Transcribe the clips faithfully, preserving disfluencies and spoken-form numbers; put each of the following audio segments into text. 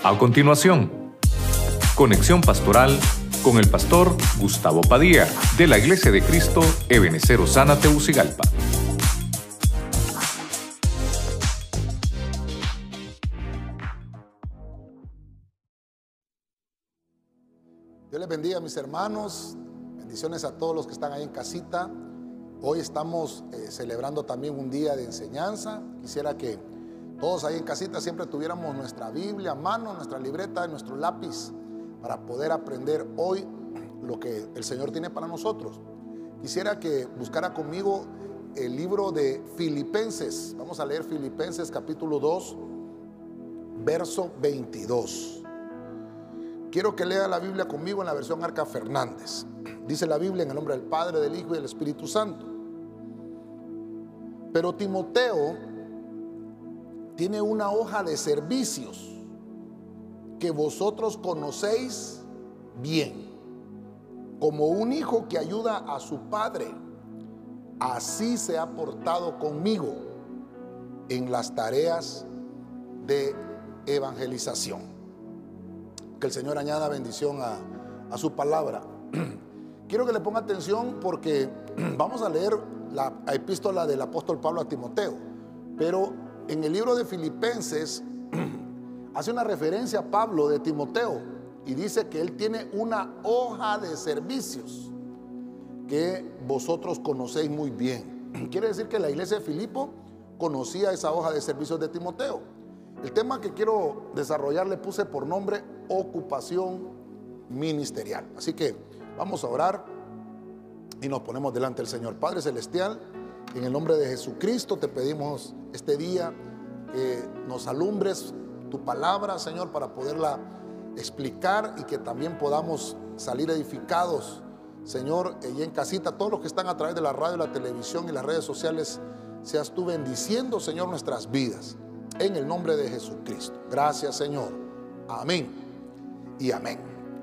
A continuación, conexión pastoral con el pastor Gustavo Padilla, de la Iglesia de Cristo Ebenecer Osana Tegucigalpa. Dios les bendiga, mis hermanos. Bendiciones a todos los que están ahí en casita. Hoy estamos eh, celebrando también un día de enseñanza. Quisiera que todos ahí en casita siempre tuviéramos nuestra Biblia a mano, nuestra libreta, nuestro lápiz, para poder aprender hoy lo que el Señor tiene para nosotros. Quisiera que buscara conmigo el libro de Filipenses. Vamos a leer Filipenses capítulo dos, verso veintidós. Quiero que lea la Biblia conmigo en la versión Arca Fernández. Dice la Biblia en el nombre del Padre, del Hijo y del Espíritu Santo. Pero Timoteo tiene una hoja de servicios que vosotros conocéis bien, como un hijo que ayuda a su padre. Así se ha portado conmigo en las tareas de evangelización. Que el Señor añada bendición a, a su palabra. Quiero que le ponga atención porque vamos a leer la epístola del apóstol Pablo a Timoteo, pero en el libro de Filipenses hace una referencia a Pablo de Timoteo y dice que él tiene una hoja de servicios que vosotros conocéis muy bien. Quiere decir que la iglesia de Filipo conocía esa hoja de servicios de Timoteo. El tema que quiero desarrollar le puse por nombre ocupación ministerial. Así que vamos a orar y nos ponemos delante del Señor. Padre Celestial, en el nombre de Jesucristo te pedimos este día que nos alumbres tu palabra, Señor, para poderla explicar y que también podamos salir edificados, Señor, y en casita, todos los que están a través de la radio, la televisión y las redes sociales, seas tú bendiciendo, Señor, nuestras vidas. En el nombre de Jesucristo. Gracias, Señor. Amén y amén.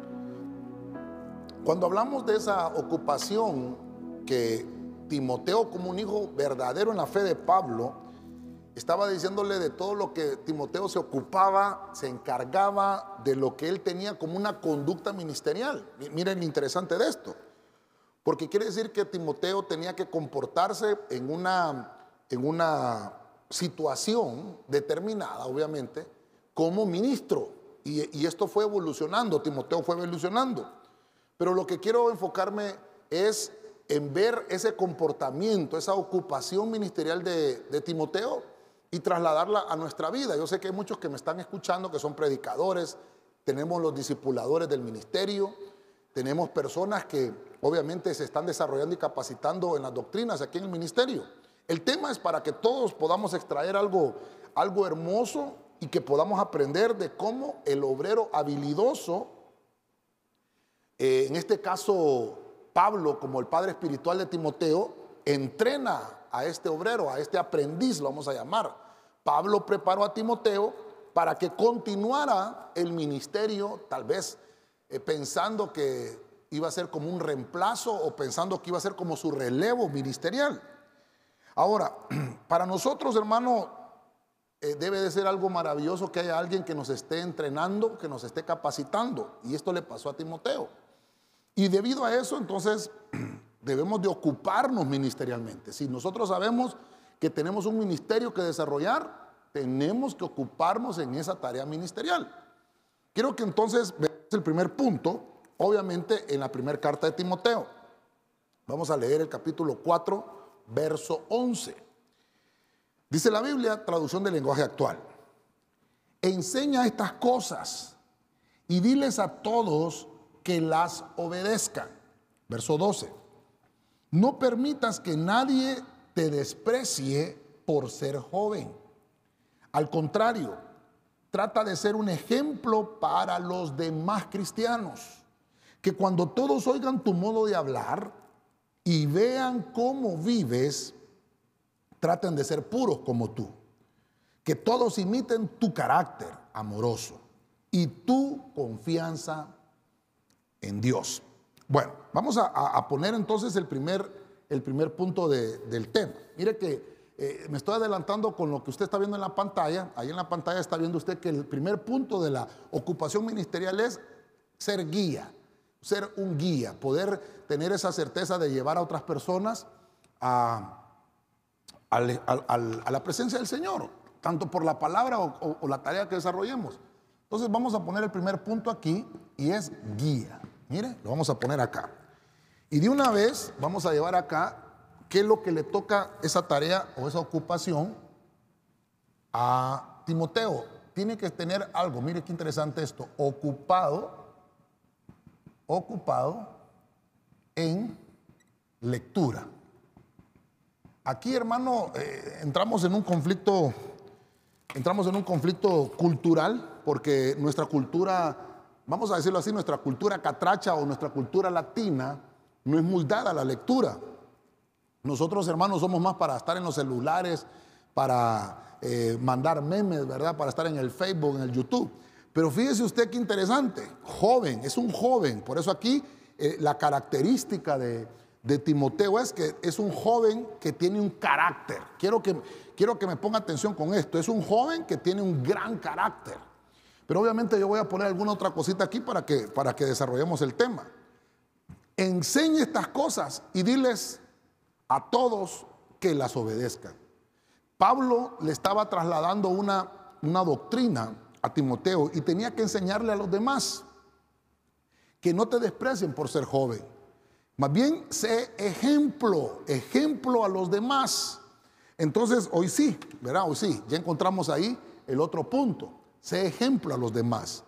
Cuando hablamos de esa ocupación que Timoteo, como un hijo verdadero en la fe de Pablo, estaba diciéndole de todo lo que Timoteo se ocupaba, se encargaba de lo que él tenía como una conducta ministerial. Miren lo interesante de esto, porque quiere decir que Timoteo tenía que comportarse en una, en una situación determinada, obviamente, como ministro, y, y esto fue evolucionando. Timoteo fue evolucionando, pero lo que quiero enfocarme es en ver ese comportamiento, esa ocupación ministerial de, de Timoteo y trasladarla a nuestra vida. Yo sé que hay muchos que me están escuchando que son predicadores, tenemos los discipuladores del ministerio, tenemos personas que obviamente se están desarrollando y capacitando en las doctrinas aquí en el ministerio. El tema es para que todos podamos extraer algo, algo hermoso y que podamos aprender de cómo el obrero habilidoso, eh, en este caso Pablo, como el padre espiritual de Timoteo, entrena a este obrero, a este aprendiz, lo vamos a llamar. Pablo preparó a Timoteo para que continuara el ministerio, tal vez eh, pensando que iba a ser como un reemplazo o pensando que iba a ser como su relevo ministerial. Ahora, para nosotros, hermano, eh, debe de ser algo maravilloso que haya alguien que nos esté entrenando, que nos esté capacitando. Y esto le pasó a Timoteo. Y debido a eso, entonces, debemos de ocuparnos ministerialmente. Si nosotros sabemos que tenemos un ministerio que desarrollar, tenemos que ocuparnos en esa tarea ministerial. Quiero que entonces veamos el primer punto, obviamente en la primera carta de Timoteo. Vamos a leer el capítulo cuatro, verso once. Dice la Biblia, traducción del lenguaje actual: enseña estas cosas y diles a todos que las obedezcan. Verso doce. No permitas que nadie te desprecie por ser joven. Al contrario, trata de ser un ejemplo para los demás cristianos, que cuando todos oigan tu modo de hablar y vean cómo vives, traten de ser puros como tú. Que todos imiten tu carácter amoroso y tu confianza en Dios. Bueno, vamos a, a poner entonces el primer, el primer punto de, del tema. Mire que eh, me estoy adelantando con lo que usted está viendo en la pantalla. Ahí en la pantalla está viendo usted que el primer punto de la ocupación ministerial es ser guía, ser un guía, poder tener esa certeza de llevar a otras personas a, a, a, a la presencia del Señor, tanto por la palabra o, o, o la tarea que desarrollemos. Entonces vamos a poner el primer punto aquí y es guía. Mire, lo vamos a poner acá. Y de una vez vamos a llevar acá qué es lo que le toca esa tarea o esa ocupación a Timoteo. Tiene que tener algo, mire qué interesante esto, ocupado, ocupado en lectura. Aquí, hermano, eh, entramos en un conflicto, entramos en un conflicto cultural, porque nuestra cultura, vamos a decirlo así, nuestra cultura catracha o nuestra cultura latina no es muy dada a la lectura. Nosotros, hermanos, somos más para estar en los celulares, para eh, mandar memes, ¿verdad? Para estar en el Facebook, en el YouTube. Pero fíjese usted qué interesante, joven, es un joven. Por eso aquí eh, la característica de, de Timoteo es que es un joven que tiene un carácter. Quiero que, quiero que me ponga atención con esto. Es un joven que tiene un gran carácter. Pero obviamente yo voy a poner alguna otra cosita aquí para que, para que desarrollemos el tema. Enseñe estas cosas y diles a todos que las obedezcan. Pablo le estaba trasladando una, una doctrina a Timoteo y tenía que enseñarle a los demás que no te desprecien por ser joven. Más bien, sé ejemplo, ejemplo a los demás. Entonces, hoy sí, ¿verdad? Hoy sí, ya encontramos ahí el otro punto. Sé ejemplo a los demás.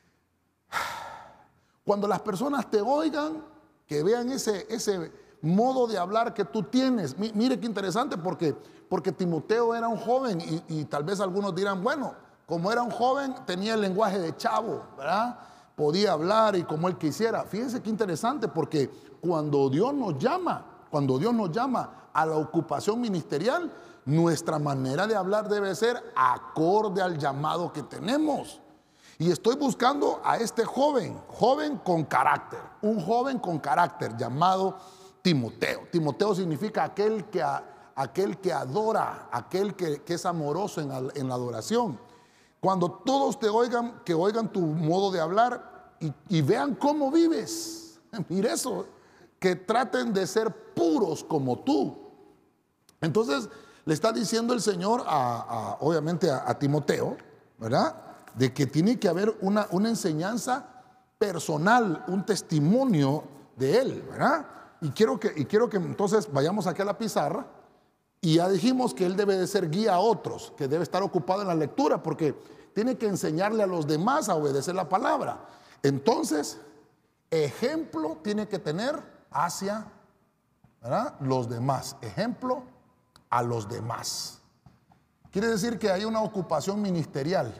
Cuando las personas te oigan, que vean ese, ese modo de hablar que tú tienes. Mire qué interesante, porque, porque Timoteo era un joven y, y tal vez algunos dirán, bueno, como era un joven, tenía el lenguaje de chavo, ¿verdad? Podía hablar y como él quisiera. Fíjense qué interesante, porque cuando Dios nos llama, cuando Dios nos llama a la ocupación ministerial, nuestra manera de hablar debe ser acorde al llamado que tenemos. Y estoy buscando a este joven, joven con carácter, un joven con carácter llamado Timoteo. Timoteo significa aquel que, aquel que adora, aquel que, que es amoroso en, en la adoración. Cuando todos te oigan, que oigan tu modo de hablar y, y vean cómo vives. Mira eso, que traten de ser puros como tú. Entonces le está diciendo el Señor, a, a, obviamente a, a Timoteo, ¿verdad? De que tiene que haber una, una enseñanza personal, un testimonio de él, ¿verdad? Y quiero que, y quiero que entonces vayamos aquí a la pizarra. Y ya dijimos que él debe de ser guía a otros, que debe estar ocupado en la lectura, porque tiene que enseñarle a los demás a obedecer la palabra. Entonces, ejemplo tiene que tener hacia, ¿verdad?, los demás. Ejemplo a los demás. Quiere decir que hay una ocupación ministerial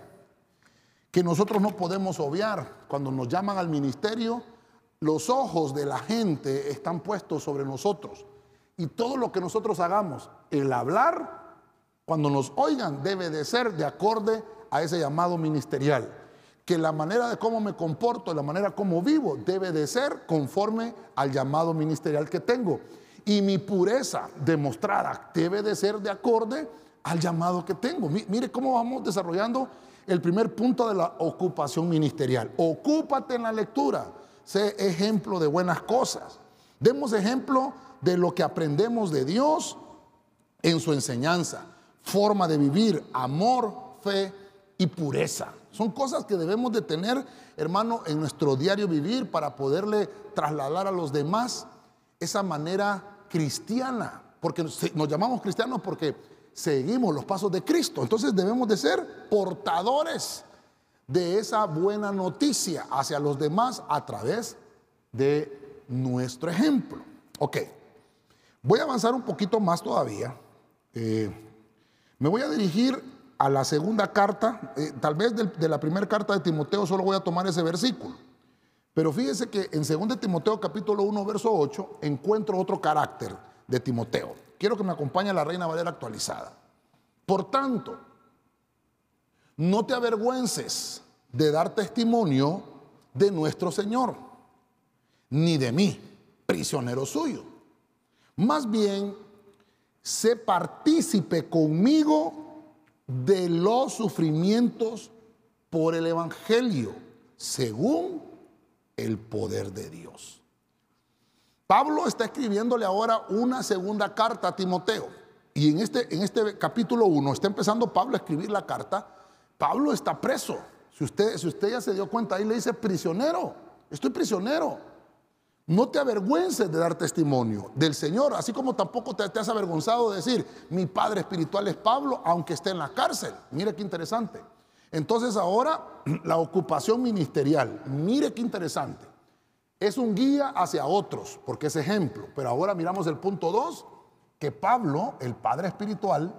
que nosotros no podemos obviar. Cuando nos llaman al ministerio, los ojos de la gente están puestos sobre nosotros. Y todo lo que nosotros hagamos, el hablar, cuando nos oigan, debe de ser de acorde a ese llamado ministerial. Que la manera de cómo me comporto, la manera como vivo, debe de ser conforme al llamado ministerial que tengo. Y mi pureza demostrada debe de ser de acorde al llamado que tengo. Mire cómo vamos desarrollando el primer punto de la ocupación ministerial. Ocúpate en la lectura, sé ejemplo de buenas cosas. Demos ejemplo de lo que aprendemos de Dios en su enseñanza, forma de vivir, amor, fe y pureza. Son cosas que debemos de tener, hermano, en nuestro diario vivir para poderle trasladar a los demás esa manera cristiana, porque nos llamamos cristianos porque seguimos los pasos de Cristo. Entonces debemos de ser portadores de esa buena noticia hacia los demás a través de nuestro ejemplo. Ok, voy a avanzar un poquito más todavía. Eh, me voy a dirigir a la segunda carta. Eh, tal vez de, de la primera carta de Timoteo solo voy a tomar ese versículo. Pero fíjese que en segunda de Timoteo capítulo uno verso ocho encuentro otro carácter de Timoteo. Quiero que me acompañe la Reina Valera actualizada. Por tanto, no te avergüences de dar testimonio de nuestro Señor, ni de mí, prisionero suyo. Más bien, sé partícipe conmigo de los sufrimientos por el evangelio, según el poder de Dios. Pablo está escribiéndole ahora una segunda carta a Timoteo. Y en este, en este capítulo uno está empezando Pablo a escribir la carta. Pablo está preso. Si usted, si usted ya se dio cuenta, ahí le dice prisionero. Estoy prisionero. No te avergüences de dar testimonio del Señor, así como tampoco te, te has avergonzado de decir, mi padre espiritual es Pablo, aunque esté en la cárcel. Mire qué interesante. Entonces ahora la ocupación ministerial, mire qué interesante. Es un guía hacia otros, porque es ejemplo. Pero ahora miramos el punto dos, que Pablo, el padre espiritual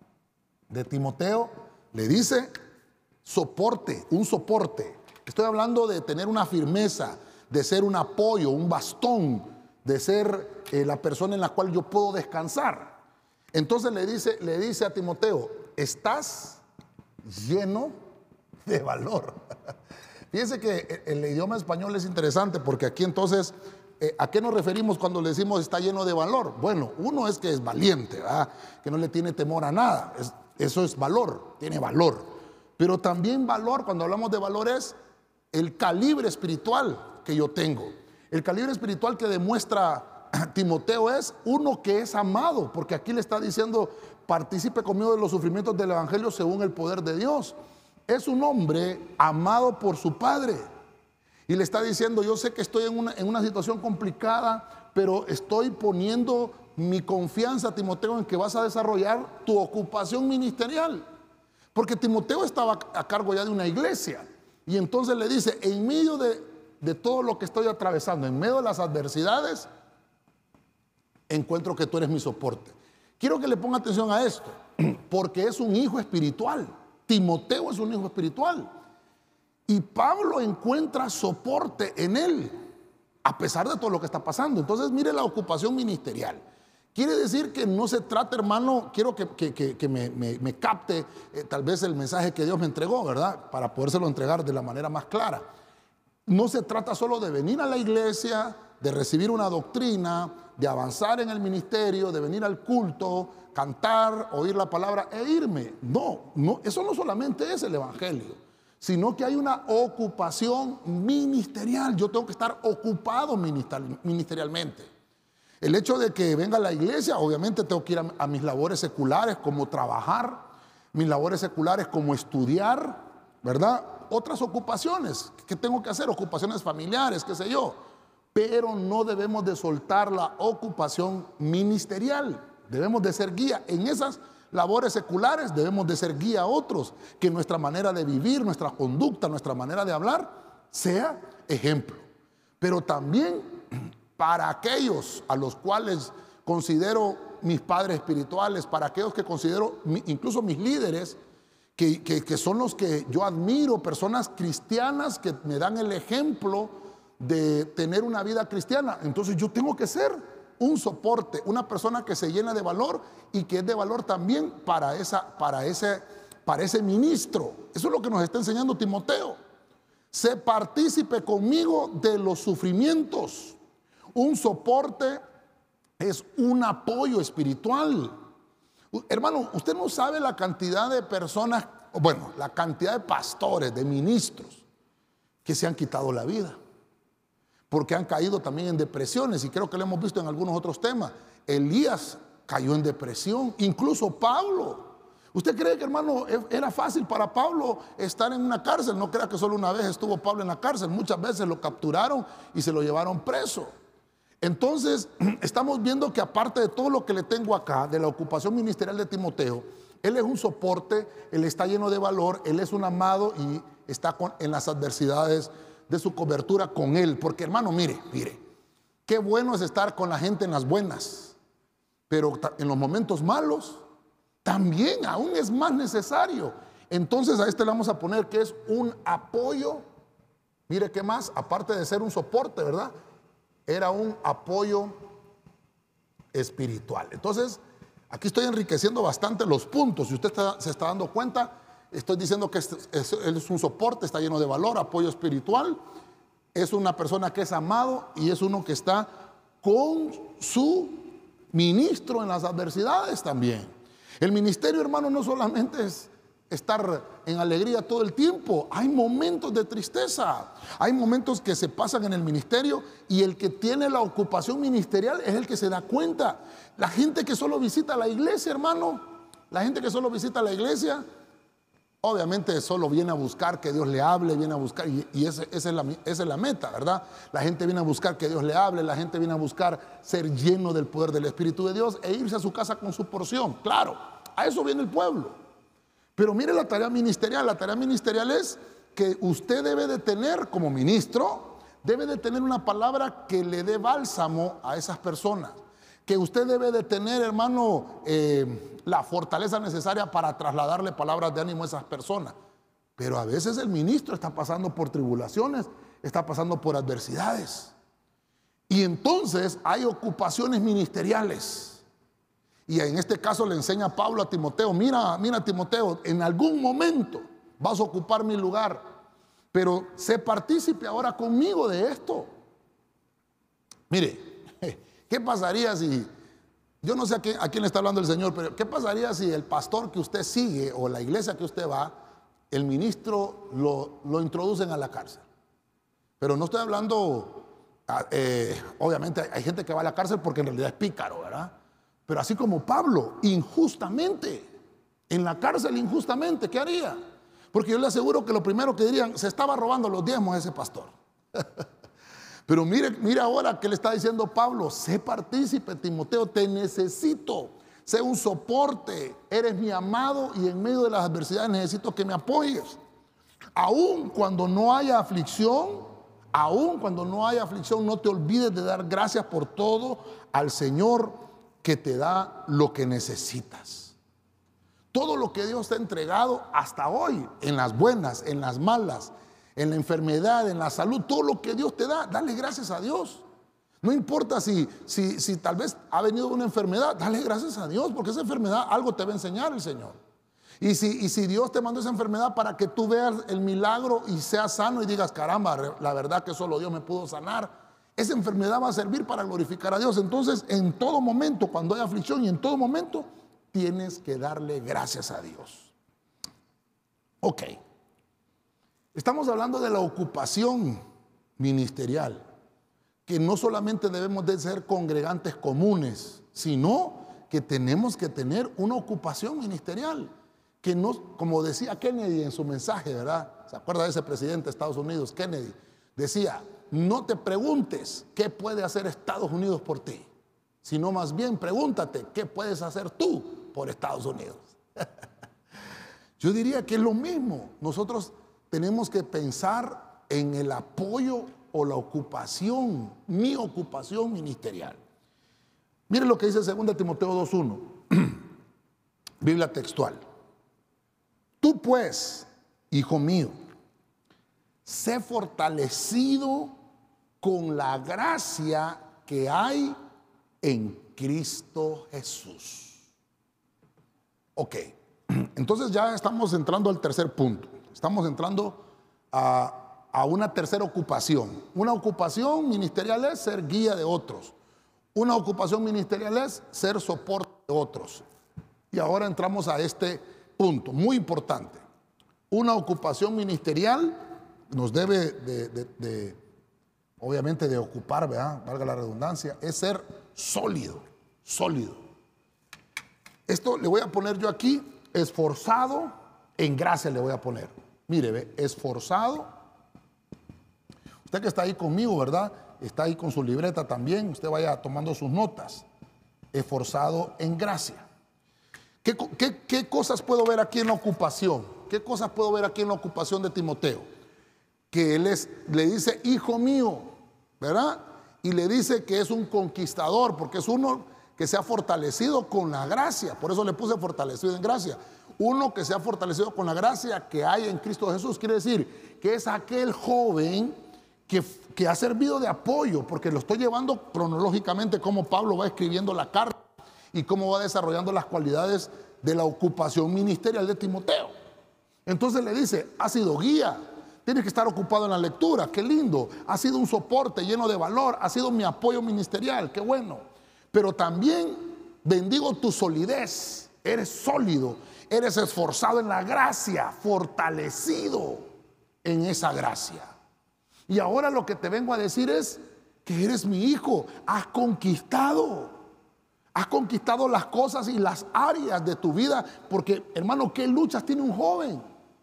de Timoteo, le dice soporte, un soporte. Estoy hablando de tener una firmeza, de ser un apoyo, un bastón, de ser eh, la persona en la cual yo puedo descansar. Entonces le dice, le dice a Timoteo, estás lleno de valor. Fíjense que el, el idioma español es interesante porque aquí entonces, eh, ¿a qué nos referimos cuando le decimos está lleno de valor? Bueno, uno es que es valiente, ¿verdad? Que no le tiene temor a nada. Es, eso es valor, tiene valor. Pero también valor, cuando hablamos de valor, es el calibre espiritual que yo tengo. El calibre espiritual que demuestra Timoteo es uno que es amado, porque aquí le está diciendo, partícipe conmigo de los sufrimientos del evangelio según el poder de Dios. Es un hombre amado por su padre y le está diciendo, yo sé que estoy en una, en una situación complicada, pero estoy poniendo mi confianza, Timoteo, en que vas a desarrollar tu ocupación ministerial, porque Timoteo estaba a cargo ya de una iglesia. Y entonces le dice, en medio de, de todo lo que estoy atravesando, en medio de las adversidades, encuentro que tú eres mi soporte. Quiero que le ponga atención a esto, porque es un hijo espiritual. Timoteo es un hijo espiritual. Y Pablo encuentra soporte en él, a pesar de todo lo que está pasando. Entonces, mire la ocupación ministerial. Quiere decir que no se trata, hermano, quiero que, que, que, que me, me, me capte eh, tal vez el mensaje que Dios me entregó, ¿verdad? Para podérselo entregar de la manera más clara. No se trata solo de venir a la iglesia, de recibir una doctrina, de avanzar en el ministerio, de venir al culto, cantar, oír la palabra e irme. No, no, eso no solamente es el evangelio, sino que hay una ocupación ministerial. Yo tengo que estar ocupado ministerialmente. El hecho de que venga a la iglesia, obviamente tengo que ir a, a mis labores seculares, como trabajar, mis labores seculares como estudiar, ¿verdad? Otras ocupaciones que tengo que hacer, ocupaciones familiares, qué sé yo. Pero no debemos de soltar la ocupación ministerial. Debemos de ser guía. En esas labores seculares debemos de ser guía a otros. Que nuestra manera de vivir, nuestra conducta, nuestra manera de hablar sea ejemplo. Pero también para aquellos a los cuales considero mis padres espirituales, para aquellos que considero incluso mis líderes, que, que, que son los que yo admiro, personas cristianas que me dan el ejemplo de tener una vida cristiana. Entonces yo tengo que ser un soporte, una persona que se llena de valor y que es de valor también para, esa, para, ese, para ese ministro. Eso es lo que nos está enseñando Timoteo. Sé partícipe conmigo de los sufrimientos. Un soporte es un apoyo espiritual. Hermano, usted no sabe la cantidad de personas, bueno, la cantidad de pastores, de ministros que se han quitado la vida, porque han caído también en depresiones, y creo que lo hemos visto en algunos otros temas. Elías cayó en depresión, incluso Pablo. ¿Usted cree que, hermano, era fácil para Pablo estar en una cárcel? No crea que solo una vez estuvo Pablo en la cárcel, muchas veces lo capturaron y se lo llevaron preso. Entonces, estamos viendo que aparte de todo lo que le tengo acá, de la ocupación ministerial de Timoteo, él es un soporte, él está lleno de valor, él es un amado y está con, en las adversidades de su cobertura con él. Porque, hermano, mire, mire, qué bueno es estar con la gente en las buenas, pero en los momentos malos también aún es más necesario. Entonces a este le vamos a poner que es un apoyo. Mire qué más, aparte de ser un soporte, ¿verdad? Era un apoyo espiritual. Entonces, aquí estoy enriqueciendo bastante los puntos. Si usted está, se está dando cuenta, estoy diciendo que es, es, es un soporte, está lleno de valor, apoyo espiritual. Es una persona que es amado y es uno que está con su ministro en las adversidades también. El ministerio, hermano, no solamente es estar en alegría todo el tiempo. Hay momentos de tristeza, hay momentos que se pasan en el ministerio, y el que tiene la ocupación ministerial es el que se da cuenta. La gente que solo visita la iglesia, hermano, la gente que solo visita la iglesia, obviamente solo viene a buscar que Dios le hable, viene a buscar, y, y ese, esa, es la, esa es la meta, ¿verdad? La gente viene a buscar que Dios le hable, la gente viene a buscar ser lleno del poder del Espíritu de Dios e irse a su casa con su porción. Claro, a eso viene el pueblo. Pero mire la tarea ministerial. La tarea ministerial es que usted debe de tener como ministro, debe de tener una palabra que le dé bálsamo a esas personas. Que usted debe de tener, hermano, eh, la fortaleza necesaria para trasladarle palabras de ánimo a esas personas. Pero a veces el ministro está pasando por tribulaciones, está pasando por adversidades. Y entonces hay ocupaciones ministeriales. Y en este caso le enseña Pablo a Timoteo: mira, mira Timoteo, en algún momento vas a ocupar mi lugar, pero sé partícipe ahora conmigo de esto. Mire, ¿qué pasaría si, yo no sé a quién, a quién le está hablando el Señor, pero qué pasaría si el pastor que usted sigue o la iglesia que usted va, el ministro lo, lo introducen a la cárcel? Pero no estoy hablando, eh, obviamente hay, hay gente que va a la cárcel porque en realidad es pícaro, ¿verdad? Pero así como Pablo, injustamente, en la cárcel injustamente, ¿qué haría? Porque yo le aseguro que lo primero que dirían: se estaba robando los diezmos ese pastor. Pero mire, mire ahora que le está diciendo Pablo: sé partícipe, Timoteo, te necesito, sé un soporte, eres mi amado y en medio de las adversidades necesito que me apoyes. Aún cuando no haya aflicción, aún cuando no haya aflicción, no te olvides de dar gracias por todo al Señor, que te da lo que necesitas. Todo lo que Dios te ha entregado hasta hoy, en las buenas, en las malas, en la enfermedad, en la salud, todo lo que Dios te da, dale gracias a Dios. No importa si, si, si tal vez ha venido una enfermedad, dale gracias a Dios, porque esa enfermedad algo te va a enseñar el Señor. Y si, y si Dios te mandó esa enfermedad para que tú veas el milagro y seas sano y digas: caramba, la verdad que solo Dios me pudo sanar, esa enfermedad va a servir para glorificar a Dios. Entonces, en todo momento, cuando hay aflicción, y en todo momento, tienes que darle gracias a Dios. Ok. Estamos hablando de la ocupación ministerial, que no solamente debemos de ser congregantes comunes, sino que tenemos que tener una ocupación ministerial. Que no, como decía Kennedy en su mensaje, ¿verdad? ¿Se acuerda de ese presidente de Estados Unidos, Kennedy? Decía: no te preguntes qué puede hacer Estados Unidos por ti, sino más bien pregúntate qué puedes hacer tú por Estados Unidos. Yo diría que es lo mismo. Nosotros tenemos que pensar en el apoyo o la ocupación, mi ocupación ministerial. Miren lo que dice segunda Timoteo dos uno, Biblia textual. Tú pues, hijo mío, sé fortalecido con la gracia que hay en Cristo Jesús. Ok, entonces ya estamos entrando al tercer punto. Estamos entrando a, a una tercera ocupación. Una ocupación ministerial es ser guía de otros. Una ocupación ministerial es ser soporte de otros. Y ahora entramos a este punto muy importante. Una ocupación ministerial nos debe de, de, de obviamente de ocupar, ¿verdad? Valga la redundancia, es ser sólido, sólido. Esto le voy a poner yo aquí: esforzado en gracia le voy a poner. Mire, ve, esforzado. Usted que está ahí conmigo, ¿verdad? Está ahí con su libreta también, usted vaya tomando sus notas. Esforzado en gracia. ¿Qué, qué, qué cosas puedo ver aquí en la ocupación? ¿Qué cosas puedo ver aquí en la ocupación de Timoteo? Que él es, le dice hijo mío, ¿verdad? Y le dice que es un conquistador, porque es uno que se ha fortalecido con la gracia. Por eso le puse fortalecido en gracia. Uno que se ha fortalecido con la gracia que hay en Cristo Jesús. Quiere decir que es aquel joven que, que ha servido de apoyo, porque lo estoy llevando cronológicamente como Pablo va escribiendo la carta y cómo va desarrollando las cualidades de la ocupación ministerial de Timoteo. Entonces le dice: ha sido guía, tienes que estar ocupado en la lectura, qué lindo, ha sido un soporte lleno de valor, ha sido mi apoyo ministerial, qué bueno. pero también bendigo tu solidez. Eres sólido, eres esforzado en la gracia, fortalecido en esa gracia. Y ahora lo que te vengo a decir es que eres mi hijo, has conquistado, has conquistado las cosas y las áreas de tu vida, porque hermano, ¿qué luchas tiene un joven?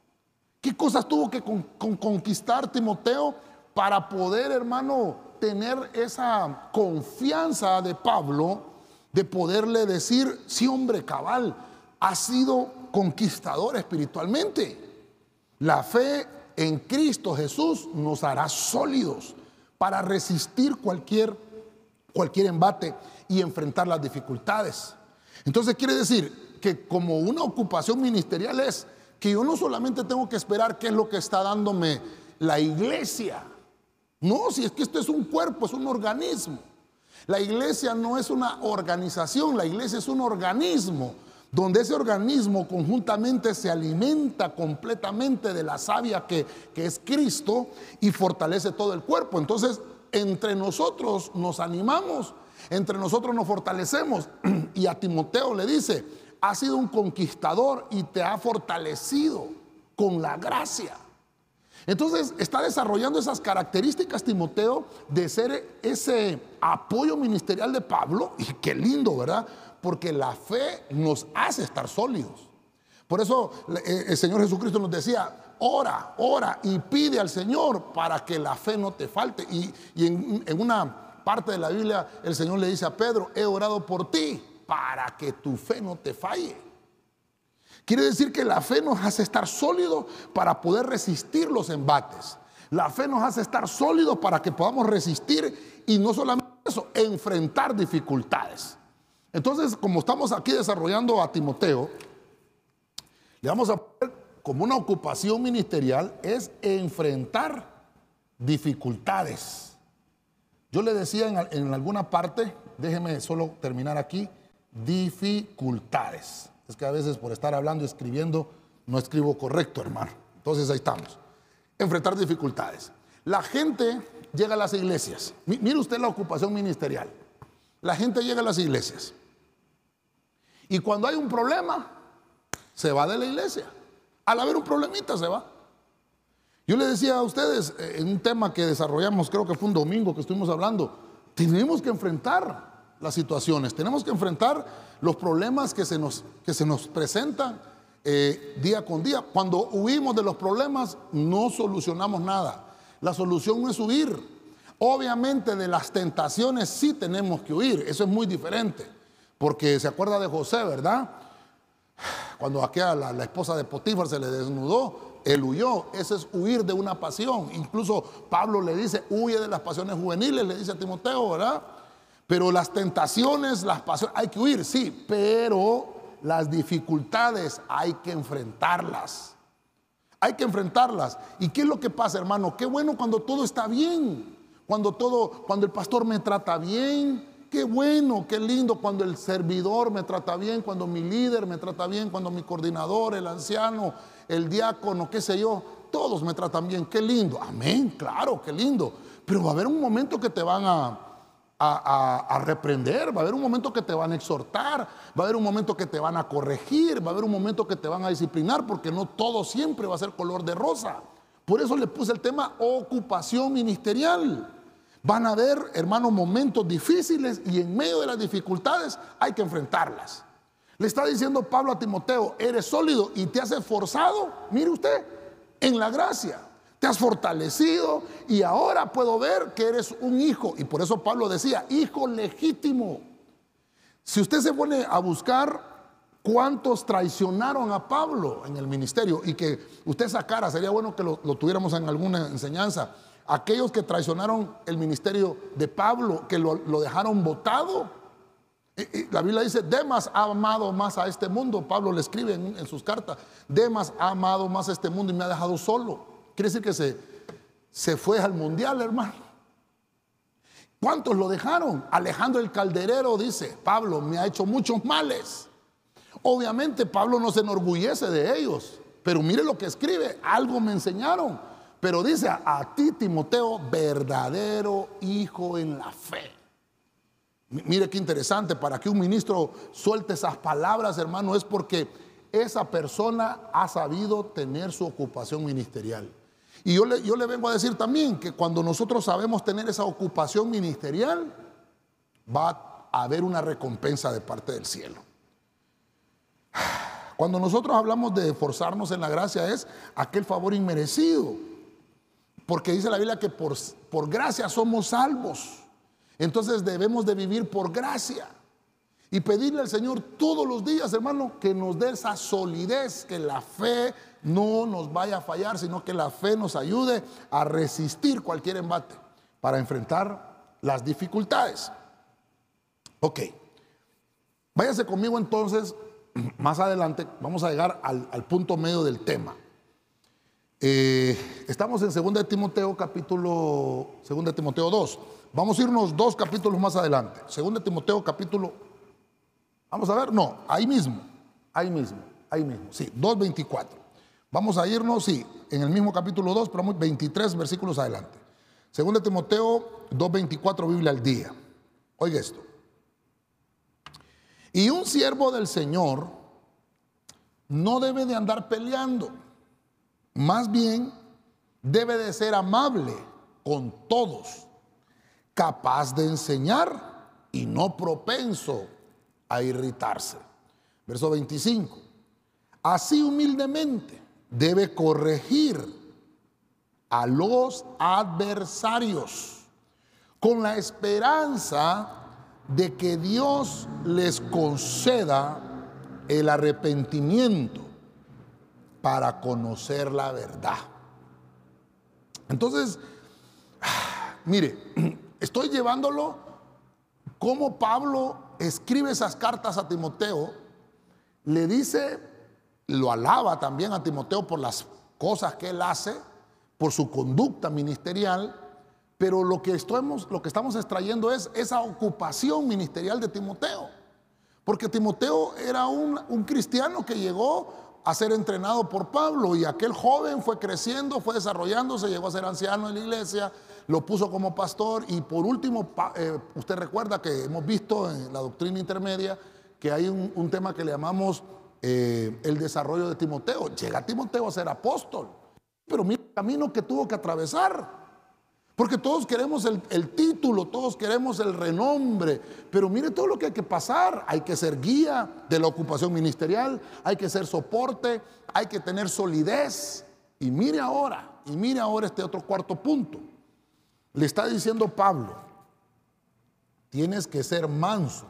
¿Qué cosas tuvo que con, con conquistar Timoteo para poder, hermano, tener esa confianza de Pablo de poderle decir, sí, hombre, cabal, ha sido conquistador espiritualmente? La fe en Cristo Jesús nos hará sólidos para resistir cualquier, cualquier embate y enfrentar las dificultades. Entonces quiere decir que como una ocupación ministerial es que yo no solamente tengo que esperar qué es lo que está dándome la iglesia. No, si es que esto es un cuerpo, es un organismo. La iglesia no es una organización, la iglesia es un organismo, donde ese organismo conjuntamente se alimenta completamente de la savia que, que es Cristo y fortalece todo el cuerpo. Entonces, entre nosotros nos animamos, entre nosotros nos fortalecemos. Y a Timoteo le dice, has sido un conquistador y te ha fortalecido con la gracia. Entonces está desarrollando esas características Timoteo de ser ese apoyo ministerial de Pablo. Y qué lindo, ¿verdad? Porque la fe nos hace estar sólidos. Por eso el Señor Jesucristo nos decía, ora, ora y pide al Señor para que la fe no te falte. Y, y en, en una parte de la Biblia el Señor le dice a Pedro, he orado por ti para que tu fe no te falle. Quiere decir que la fe nos hace estar sólidos para poder resistir los embates. La fe nos hace estar sólidos para que podamos resistir y no solamente eso, enfrentar dificultades. Entonces, como estamos aquí desarrollando a Timoteo, le vamos a poner como una ocupación ministerial es enfrentar dificultades. Yo le decía en, en alguna parte, déjeme solo terminar aquí, dificultades. Es que a veces por estar hablando y escribiendo no escribo correcto, hermano. Entonces ahí estamos. Enfrentar dificultades. La gente llega a las iglesias. Mire usted la ocupación ministerial. La gente llega a las iglesias. Y cuando hay un problema, se va de la iglesia. Al haber un problemita, se va. Yo le decía a ustedes en un tema que desarrollamos, creo que fue un domingo que estuvimos hablando, tenemos que enfrentar las situaciones, tenemos que enfrentar los problemas que se nos, que se nos presentan eh, día con día. Cuando huimos de los problemas no solucionamos nada. La solución no es huir. Obviamente de las tentaciones sí tenemos que huir, eso es muy diferente, porque se acuerda de José, ¿verdad? Cuando aquella la, la esposa de Potifar se le desnudó, él huyó. Eso es huir de una pasión. Incluso Pablo le dice, huye de las pasiones juveniles, le dice a Timoteo, ¿verdad? Pero las tentaciones, las pasiones, hay que huir, sí, pero las dificultades hay que enfrentarlas. Hay que enfrentarlas. ¿Y qué es lo que pasa, hermano? Qué bueno cuando todo está bien, cuando todo, cuando el pastor me trata bien, qué bueno, qué lindo cuando el servidor me trata bien, cuando mi líder me trata bien, cuando mi coordinador, el anciano, el diácono, qué sé yo, todos me tratan bien, qué lindo. Amén, claro, qué lindo. Pero va a haber un momento que te van a A, a, a reprender, va a haber un momento que te van a exhortar, va a haber un momento que te van a corregir, va a haber un momento que te van a disciplinar, porque no todo siempre va a ser color de rosa. Por eso le puse el tema ocupación ministerial. Van a haber, hermanos, momentos difíciles y en medio de las dificultades hay que enfrentarlas. Le está diciendo Pablo a Timoteo, eres sólido y te has esforzado, mire usted, en la gracia. Te has fortalecido y ahora puedo ver que eres un hijo. Y por eso Pablo decía, hijo legítimo. Si usted se pone a buscar cuántos traicionaron a Pablo en el ministerio y que usted sacara, sería bueno que lo, lo tuviéramos en alguna enseñanza, aquellos que traicionaron el ministerio de Pablo, que lo, lo dejaron botado. Y, y la Biblia dice, Demas ha amado más a este mundo. Pablo le escribe en, en sus cartas, Demas ha amado más a este mundo y me ha dejado solo. Quiere decir que se, se fue al mundial, hermano. ¿Cuántos lo dejaron? Alejandro el Calderero dice, Pablo me ha hecho muchos males. Obviamente Pablo no se enorgullece de ellos, pero mire lo que escribe, algo me enseñaron. Pero dice, a, a ti Timoteo, verdadero hijo en la fe. Mire qué interesante, para que un ministro suelte esas palabras, hermano, es porque esa persona ha sabido tener su ocupación ministerial. Y yo le, yo le vengo a decir también que cuando nosotros sabemos tener esa ocupación ministerial, va a haber una recompensa de parte del cielo. Cuando nosotros hablamos de esforzarnos en la gracia, es aquel favor inmerecido, porque dice la Biblia que por, por gracia somos salvos. Entonces debemos de vivir por gracia y pedirle al Señor todos los días, hermano, que nos dé esa solidez, que la fe no nos vaya a fallar, sino que la fe nos ayude a resistir cualquier embate para enfrentar las dificultades. Ok, váyase conmigo entonces, más adelante vamos a llegar al, al punto medio del tema. Eh, estamos en segunda de Timoteo capítulo, segunda de Timoteo dos. Vamos a irnos dos capítulos más adelante. segunda de Timoteo capítulo, vamos a ver, no, ahí mismo, ahí mismo, ahí mismo, sí, dos veinticuatro. Vamos a irnos, sí, en el mismo capítulo dos, pero veintitrés versículos adelante. segunda de Timoteo dos veinticuatro, Biblia al día. Oiga esto. Y un siervo del Señor no debe de andar peleando, más bien debe de ser amable con todos, capaz de enseñar y no propenso a irritarse. Verso veinticinco. Así humildemente debe corregir a los adversarios con la esperanza de que Dios les conceda el arrepentimiento para conocer la verdad. Entonces, mire, estoy llevándolo como Pablo escribe esas cartas a Timoteo, le dice, lo alaba también a Timoteo por las cosas que él hace, por su conducta ministerial, pero lo que estamos, lo que estamos extrayendo es esa ocupación ministerial de Timoteo, porque Timoteo era un, un cristiano que llegó a ser entrenado por Pablo, y aquel joven fue creciendo, fue desarrollándose, llegó a ser anciano en la iglesia, lo puso como pastor, y por último, eh, usted recuerda que hemos visto en la doctrina intermedia que hay un, un tema que le llamamos eh, el desarrollo de Timoteo. Llega Timoteo a ser apóstol, pero mira el camino que tuvo que atravesar. Porque todos queremos el, el título, todos queremos el renombre, pero mire todo lo que hay que pasar. Hay que ser guía de la ocupación ministerial, hay que ser soporte, hay que tener solidez. Y mire ahora, y mire ahora este otro cuarto punto. Le está diciendo Pablo, tienes que ser manso.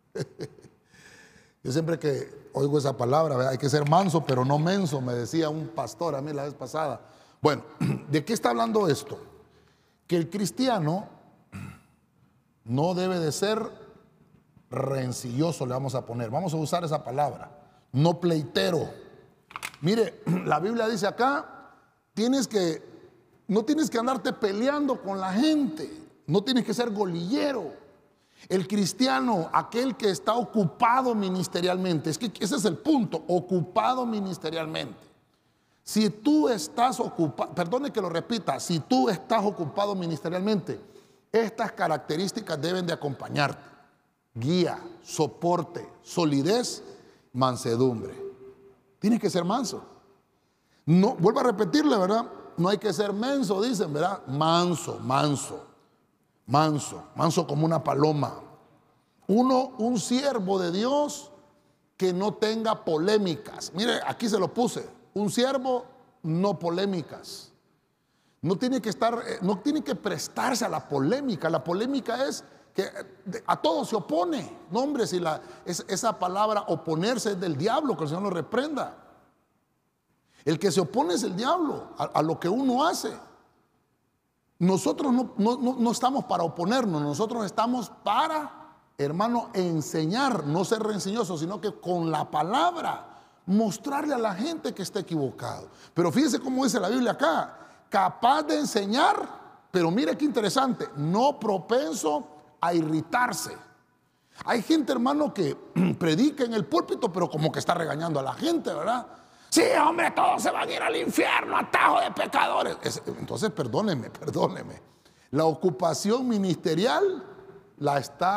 Yo siempre que oigo esa palabra, ¿verdad? Hay que ser manso, pero no menso, me decía un pastor a mí la vez pasada. Bueno, ¿de qué está hablando esto? Que el cristiano no debe de ser rencilloso, le vamos a poner, vamos a usar esa palabra, no pleitero. Mire, la Biblia dice acá, tienes que, no tienes que andarte peleando con la gente, no tienes que ser golillero. El cristiano, aquel que está ocupado ministerialmente, es que ese es el punto, ocupado ministerialmente. Si tú estás ocupado, perdone que lo repita, si tú estás ocupado ministerialmente, estas características deben de acompañarte: guía, soporte, solidez, mansedumbre. Tienes que ser manso. No, vuelvo a repetirle, ¿verdad? No hay que ser menso, dicen, ¿verdad? Manso, manso, manso, manso como una paloma. Uno, un siervo de Dios que no tenga polémicas. Mire, aquí se lo puse. Un siervo, no polémicas. No tiene que estar, no tiene que prestarse a la polémica. La polémica es que a todo se opone. No, hombre, si la, es, esa palabra oponerse es del diablo, que el Señor lo reprenda. El que se opone es el diablo a, a lo que uno hace. Nosotros no, no, no, no estamos para oponernos, nosotros estamos para, hermano, enseñar, no ser rencillosos, sino que con la palabra mostrarle a la gente que está equivocado. Pero fíjese cómo dice la Biblia acá, capaz de enseñar, pero mire qué interesante, no propenso a irritarse. Hay gente, hermano, que predica en el púlpito, pero como que está regañando a la gente, ¿verdad? Sí, hombre, todos se van a ir al infierno, atajo de pecadores. Entonces, perdóneme, perdóneme. La ocupación ministerial la está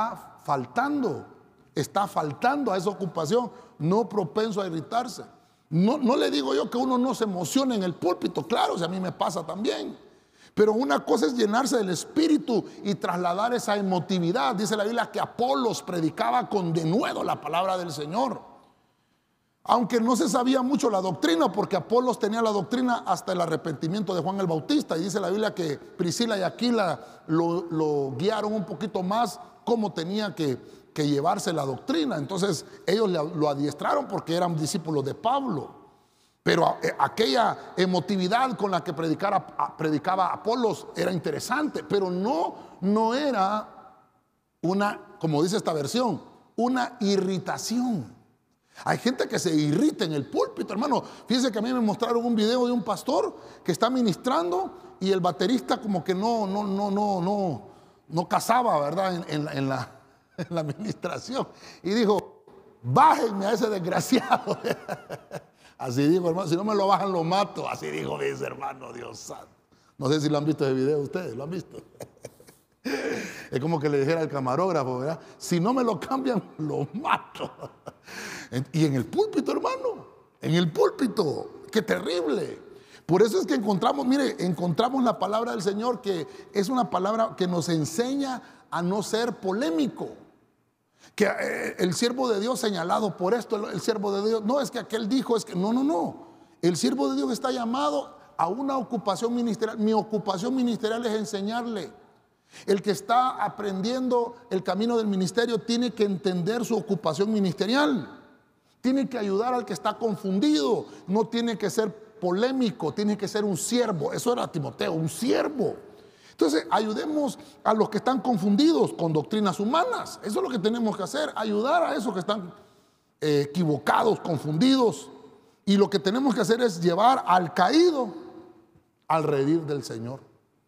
faltando, está faltando a esa ocupación, no propenso a irritarse. No, no le digo yo que uno no se emocione en el púlpito, claro, si a mí me pasa también. Pero una cosa es llenarse del Espíritu y trasladar esa emotividad. Dice la Biblia que Apolos predicaba con denuedo la palabra del Señor. Aunque no se sabía mucho la doctrina, porque Apolos tenía la doctrina hasta el arrepentimiento de Juan el Bautista. Y dice la Biblia que Priscila y Aquila lo, lo guiaron un poquito más cómo tenía que, que llevarse la doctrina. Entonces ellos lo adiestraron porque eran discípulos de Pablo. Pero aquella emotividad con la que predicara, predicaba Apolos era interesante, pero no, no era una, como dice esta versión, una irritación. Hay gente que se irrita en el púlpito, hermano. Fíjense que a mí me mostraron un video de un pastor que está ministrando y el baterista como que no, no, no, no, no, no casaba, ¿verdad? En, en, en, la, en la administración. Y dijo, bájenme a ese desgraciado. Así dijo, hermano, si no me lo bajan lo mato. Así dijo ese hermano, Dios santo. No sé si lo han visto ese video ustedes, ¿lo han visto? Es como que le dijera al camarógrafo, ¿verdad? Si no me lo cambian, lo mato. Y en el púlpito, hermano, en el púlpito, qué terrible. Por eso es que encontramos, mire, encontramos la palabra del Señor, que es una palabra que nos enseña a no ser polémico. Que eh, el siervo de Dios señalado por esto, el siervo de Dios, no es que aquel dijo, es que no, no, no. El siervo de Dios está llamado a una ocupación ministerial. Mi ocupación ministerial es enseñarle. El que está aprendiendo el camino del ministerio tiene que entender su ocupación ministerial. Tiene que ayudar al que está confundido. No tiene que ser polémico, tiene que ser un siervo. Eso era Timoteo, un siervo. Entonces, ayudemos a los que están confundidos con doctrinas humanas. Eso es lo que tenemos que hacer, ayudar a esos que están eh, equivocados, confundidos. Y lo que tenemos que hacer es llevar al caído al redil del Señor.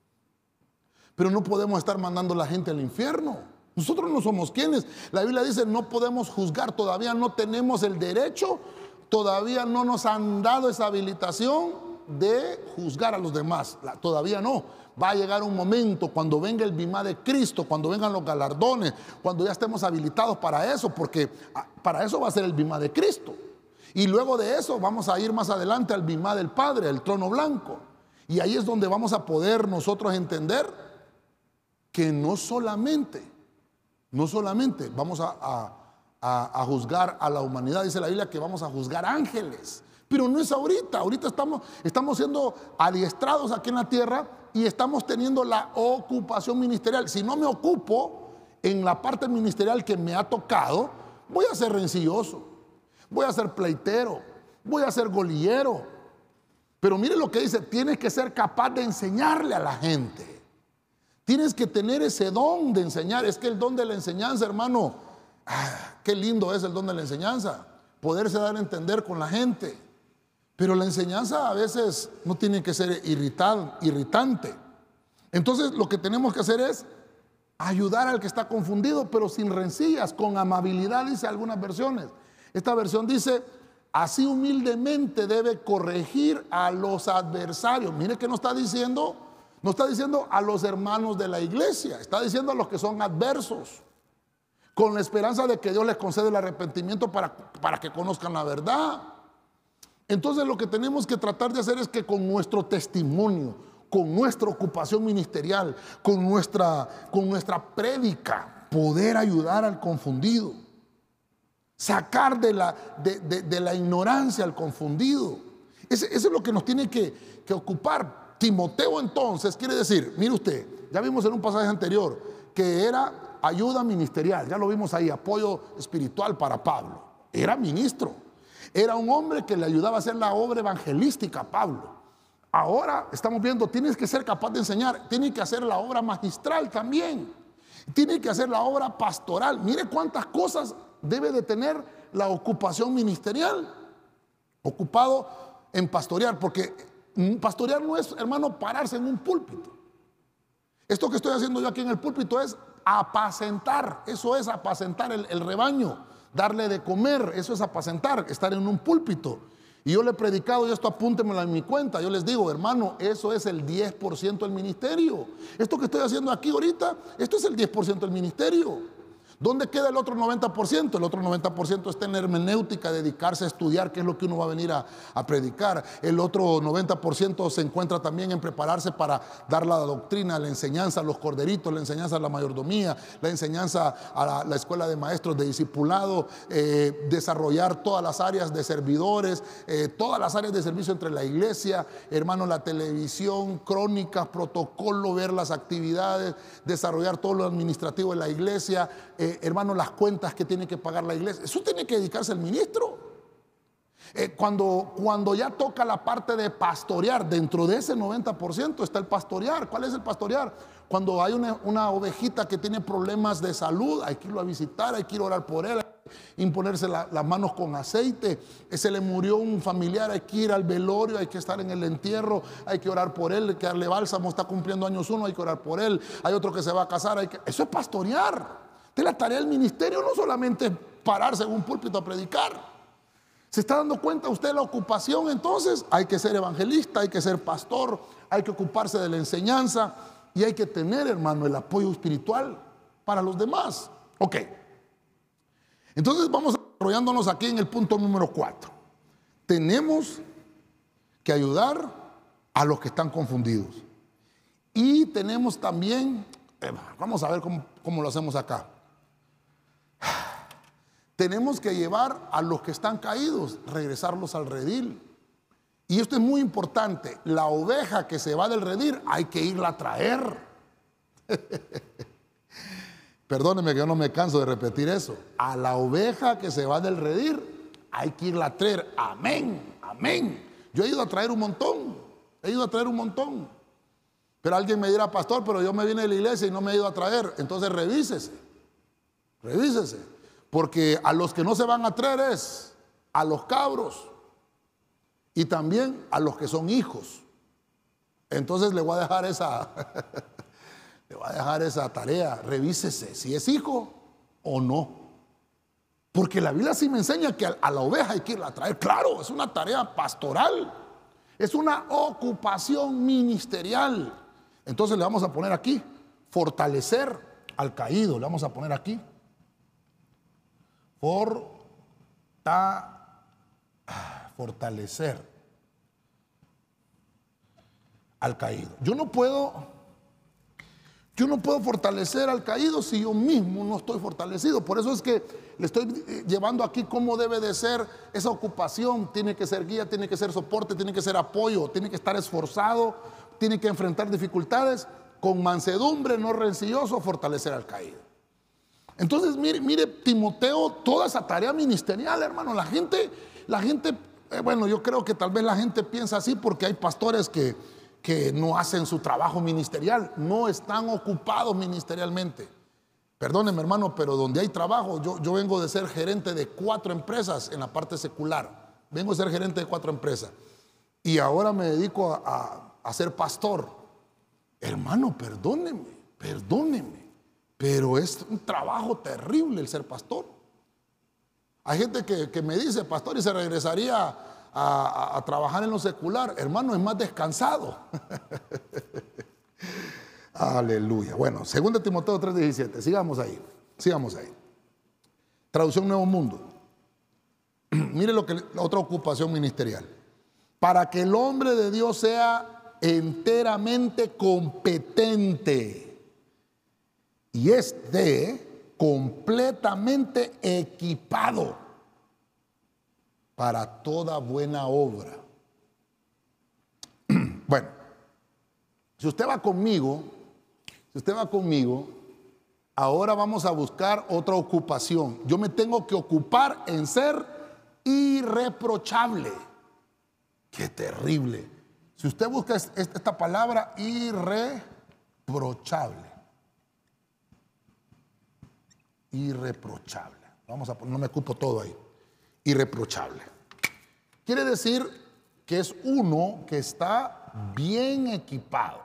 Pero no podemos estar mandando a la gente al infierno. Nosotros no somos quienes. La Biblia dice, no podemos juzgar, todavía no tenemos el derecho, todavía no nos han dado esa habilitación de juzgar a los demás. Todavía no. Va a llegar un momento cuando venga el bimá de Cristo, cuando vengan los galardones, cuando ya estemos habilitados para eso, porque para eso va a ser el bimá de Cristo. Y luego de eso vamos a ir más adelante al bimá del Padre, el trono blanco. Y ahí es donde vamos a poder nosotros entender que no solamente, no solamente vamos a, a, a, a juzgar a la humanidad, dice la Biblia que vamos a juzgar ángeles. Pero no es ahorita, ahorita estamos, estamos siendo adiestrados aquí en la tierra y estamos teniendo la ocupación ministerial. Si no me ocupo en la parte ministerial que me ha tocado, voy a ser rencilloso, voy a ser pleitero, voy a ser golillero. Pero mire lo que dice, tienes que ser capaz de enseñarle a la gente. Tienes que tener ese don de enseñar. Es que el don de la enseñanza, hermano, ah, qué lindo es el don de la enseñanza, poderse dar a entender con la gente. Pero la enseñanza a veces no tiene que ser irritante. Entonces lo que tenemos que hacer es ayudar al que está confundido, pero sin rencillas, con amabilidad, dice algunas versiones. Esta versión dice, así humildemente debe corregir a los adversarios. Mire que no está diciendo, no está diciendo a los hermanos de la iglesia, está diciendo a los que son adversos, con la esperanza de que Dios les concede el arrepentimiento para, para que conozcan la verdad. Entonces lo que tenemos que tratar de hacer es que con nuestro testimonio, con nuestra ocupación ministerial, con nuestra, con nuestra prédica, poder ayudar al confundido, sacar de la, de, de, de la ignorancia al confundido. Ese, eso es lo que nos tiene que, que ocupar. Timoteo entonces quiere decir, mire usted, ya vimos en un pasaje anterior que era ayuda ministerial, ya lo vimos ahí, apoyo espiritual para Pablo, era ministro. Era un hombre que le ayudaba a hacer la obra evangelística a Pablo. Ahora estamos viendo, tienes que ser capaz de enseñar, tienes que hacer la obra magistral también. Tienes que hacer la obra pastoral. Mire cuántas cosas debe de tener la ocupación ministerial. Ocupado en pastorear, porque pastorear no es, hermano, pararse en un púlpito. Esto que estoy haciendo yo aquí en el púlpito es apacentar. Eso es apacentar el, el rebaño. Darle de comer, eso es apacentar, estar en un púlpito. Y yo le he predicado, y esto apúntemelo en mi cuenta, yo les digo, hermano, eso es el diez por ciento del ministerio. Esto que estoy haciendo aquí ahorita, esto es el diez por ciento del ministerio. ¿Dónde queda el otro noventa por ciento? El otro noventa por ciento está en hermenéutica, dedicarse a estudiar qué es lo que uno va a venir a, a predicar. El otro noventa por ciento se encuentra también en prepararse para dar la doctrina, la enseñanza a los corderitos, la enseñanza a la mayordomía, la enseñanza a la, la escuela de maestros de discipulado, eh, desarrollar todas las áreas de servidores, eh, todas las áreas de servicio entre la iglesia, hermano, la televisión, crónicas, protocolo, ver las actividades, desarrollar todo lo administrativo de la iglesia, eh, hermano, las cuentas que tiene que pagar la iglesia. Eso tiene que dedicarse el ministro. Eh, cuando, cuando ya toca la parte de pastorear, dentro de ese noventa por ciento está el pastorear. ¿Cuál es el pastorear? Cuando hay una, una ovejita que tiene problemas de salud, hay que irlo a visitar, hay que ir a orar por él, hay que imponerse la, las manos con aceite. Se le murió un familiar, hay que ir al velorio, hay que estar en el entierro, hay que orar por él, hay que darle bálsamo, está cumpliendo años uno, hay que orar por él. Hay otro que se va a casar, hay que... eso es pastorear. De la tarea del ministerio no solamente pararse en un púlpito a predicar. ¿Se está dando cuenta usted de la ocupación? Entonces hay que ser evangelista, hay que ser pastor, hay que ocuparse de la enseñanza y hay que tener, hermano, el apoyo espiritual para los demás. Ok. Entonces vamos desarrollándonos aquí en el punto número cuatro. Tenemos que ayudar a los que están confundidos. Y tenemos también, eh, vamos a ver cómo, cómo lo hacemos acá. Tenemos que llevar a los que están caídos, regresarlos al redil. Y esto es muy importante. La oveja que se va del redil hay que irla a traer. Perdóneme que yo no me canso de repetir eso. A la oveja que se va del redil hay que irla a traer. Amén, amén. Yo he ido a traer un montón. He ido a traer un montón. Pero alguien me dirá, pastor, pero yo me vine de la iglesia y no me he ido a traer. Entonces revísese. Revísese. Porque a los que no se van a traer es a los cabros y también a los que son hijos. Entonces le voy a dejar esa, le voy a dejar esa tarea. Revísese si es hijo o no. Porque la Biblia sí me enseña que a la oveja hay que irla a traer. Claro, es una tarea pastoral. Es una ocupación ministerial. Entonces le vamos a poner aquí, fortalecer al caído. Le vamos a poner aquí. Forta, fortalecer al caído. Yo no puedo, yo no puedo fortalecer al caído si yo mismo no estoy fortalecido. Por eso es que le estoy llevando aquí cómo debe de ser esa ocupación. Tiene que ser guía, tiene que ser soporte, tiene que ser apoyo, tiene que estar esforzado, tiene que enfrentar dificultades con mansedumbre, no rencilloso, fortalecer al caído. Entonces, mire, mire, Timoteo, toda esa tarea ministerial, hermano, la gente, la gente, eh, bueno, yo creo que tal vez la gente piensa así porque hay pastores que, que no hacen su trabajo ministerial, no están ocupados ministerialmente. Perdónenme, hermano, pero donde hay trabajo, yo, yo vengo de ser gerente de cuatro empresas en la parte secular, vengo de ser gerente de cuatro empresas y ahora me dedico a, a, a ser pastor. Hermano, perdóneme, perdóneme. Pero es un trabajo terrible el ser pastor. Hay gente que, que me dice, pastor, y se regresaría a, a, a trabajar en lo secular. Hermano, es más descansado. Aleluya. Bueno, segundo Timoteo tres diecisiete. Sigamos ahí. Sigamos ahí. Traducción Nuevo Mundo. Mire lo que otra ocupación ministerial. Para que el hombre de Dios sea enteramente competente y esté completamente equipado para toda buena obra. Bueno, si usted va conmigo, si usted va conmigo, ahora vamos a buscar otra ocupación. Yo me tengo que ocupar en ser irreprochable. Qué terrible. Si usted busca esta palabra, irreprochable. Irreprochable. Vamos a poner, no me ocupo todo ahí. Irreprochable. Quiere decir que es uno que está bien equipado.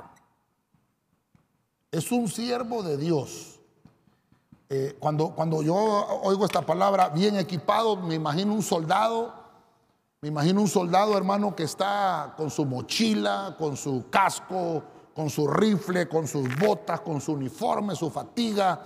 Es un siervo de Dios. Eh, cuando, cuando yo oigo esta palabra bien equipado, me imagino un soldado. Me imagino un soldado, hermano, que está con su mochila, con su casco, con su rifle, con sus botas, con su uniforme, su fatiga.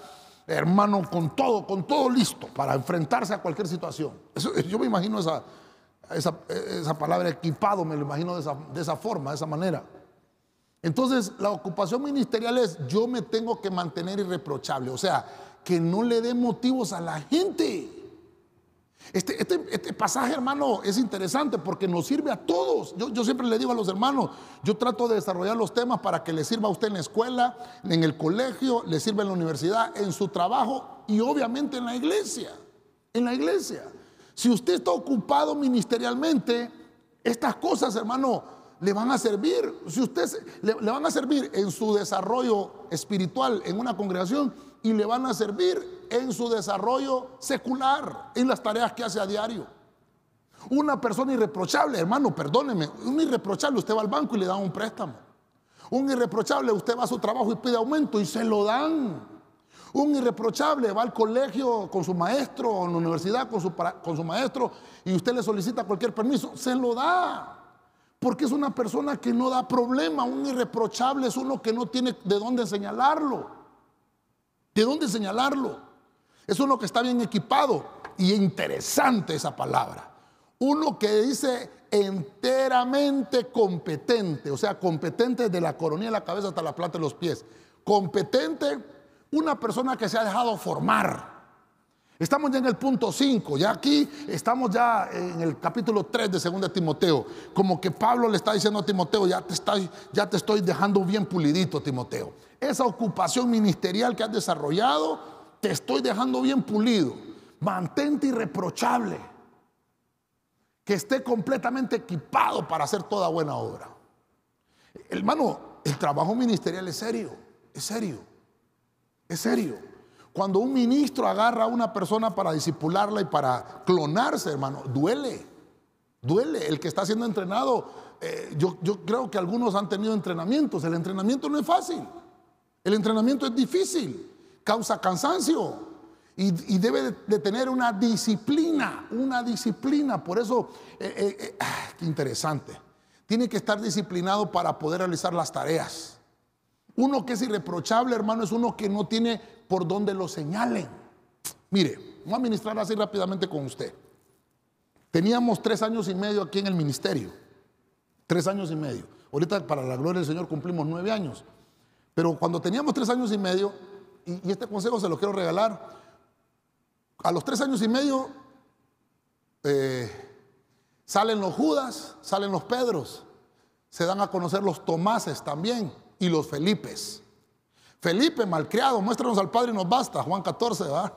hermano, con todo, con todo listo para enfrentarse a cualquier situación. Eso, yo me imagino esa, esa, esa palabra equipado, me lo imagino de esa, de esa forma, de esa manera. Entonces, la ocupación ministerial es: yo me tengo que mantener irreprochable, o sea, que no le dé motivos a la gente. Este, este, este pasaje, hermano, es interesante porque nos sirve a todos. Yo, yo siempre le digo a los hermanos, yo trato de desarrollar los temas para que le sirva a usted en la escuela, en el colegio, le sirva en la universidad, en su trabajo y obviamente en la iglesia. En la iglesia. Si usted está ocupado ministerialmente, estas cosas, hermano, le van a servir. Si usted se, le, le van a servir en su desarrollo espiritual en una congregación y le van a servir en su desarrollo secular, en las tareas que hace a diario. Una persona irreprochable, hermano, perdóneme, un irreprochable, usted va al banco y le dan un préstamo. Un irreprochable, usted va a su trabajo y pide aumento y se lo dan. Un irreprochable va al colegio con su maestro, o en la universidad con su, con su maestro, y usted le solicita cualquier permiso, se lo da. Porque es una persona que no da problema. Un irreprochable es uno que no tiene de dónde señalarlo. ¿De dónde señalarlo? Es uno que está bien equipado. Y interesante esa palabra. Uno que dice enteramente competente. O sea, competente desde la coronilla de la cabeza hasta la planta de los pies. Competente, una persona que se ha dejado formar. Estamos ya en el punto cinco, ya aquí estamos ya en el capítulo tres de segunda de Timoteo. Como que Pablo le está diciendo a Timoteo, ya te, está, ya te estoy dejando bien pulidito, Timoteo. Esa ocupación ministerial que has desarrollado, te estoy dejando bien pulido. Mantente irreprochable. Que esté completamente equipado para hacer toda buena obra. Hermano, el trabajo ministerial es serio, es serio, es serio. Cuando un ministro agarra a una persona para disipularla y para clonarse, hermano, duele, duele. El que está siendo entrenado, eh, yo, yo creo que algunos han tenido entrenamientos. El entrenamiento no es fácil, el entrenamiento es difícil, causa cansancio y, y debe de, de tener una disciplina, una disciplina. Por eso, eh, eh, eh, qué interesante, tiene que estar disciplinado para poder realizar las tareas. Uno que es irreprochable, hermano, es uno que no tiene por dónde lo señalen. Mire, voy a ministrar así rápidamente con usted. Teníamos tres años y medio aquí en el ministerio. Tres años y medio. Ahorita, para la gloria del Señor, cumplimos nueve años. Pero cuando teníamos tres años y medio, y, y este consejo se lo quiero regalar, a los tres años y medio eh, salen los Judas, salen los Pedros, se dan a conocer los Tomases también. Y los Felipes. Felipe, malcriado, muéstranos al Padre y nos basta. Juan catorce, ¿verdad?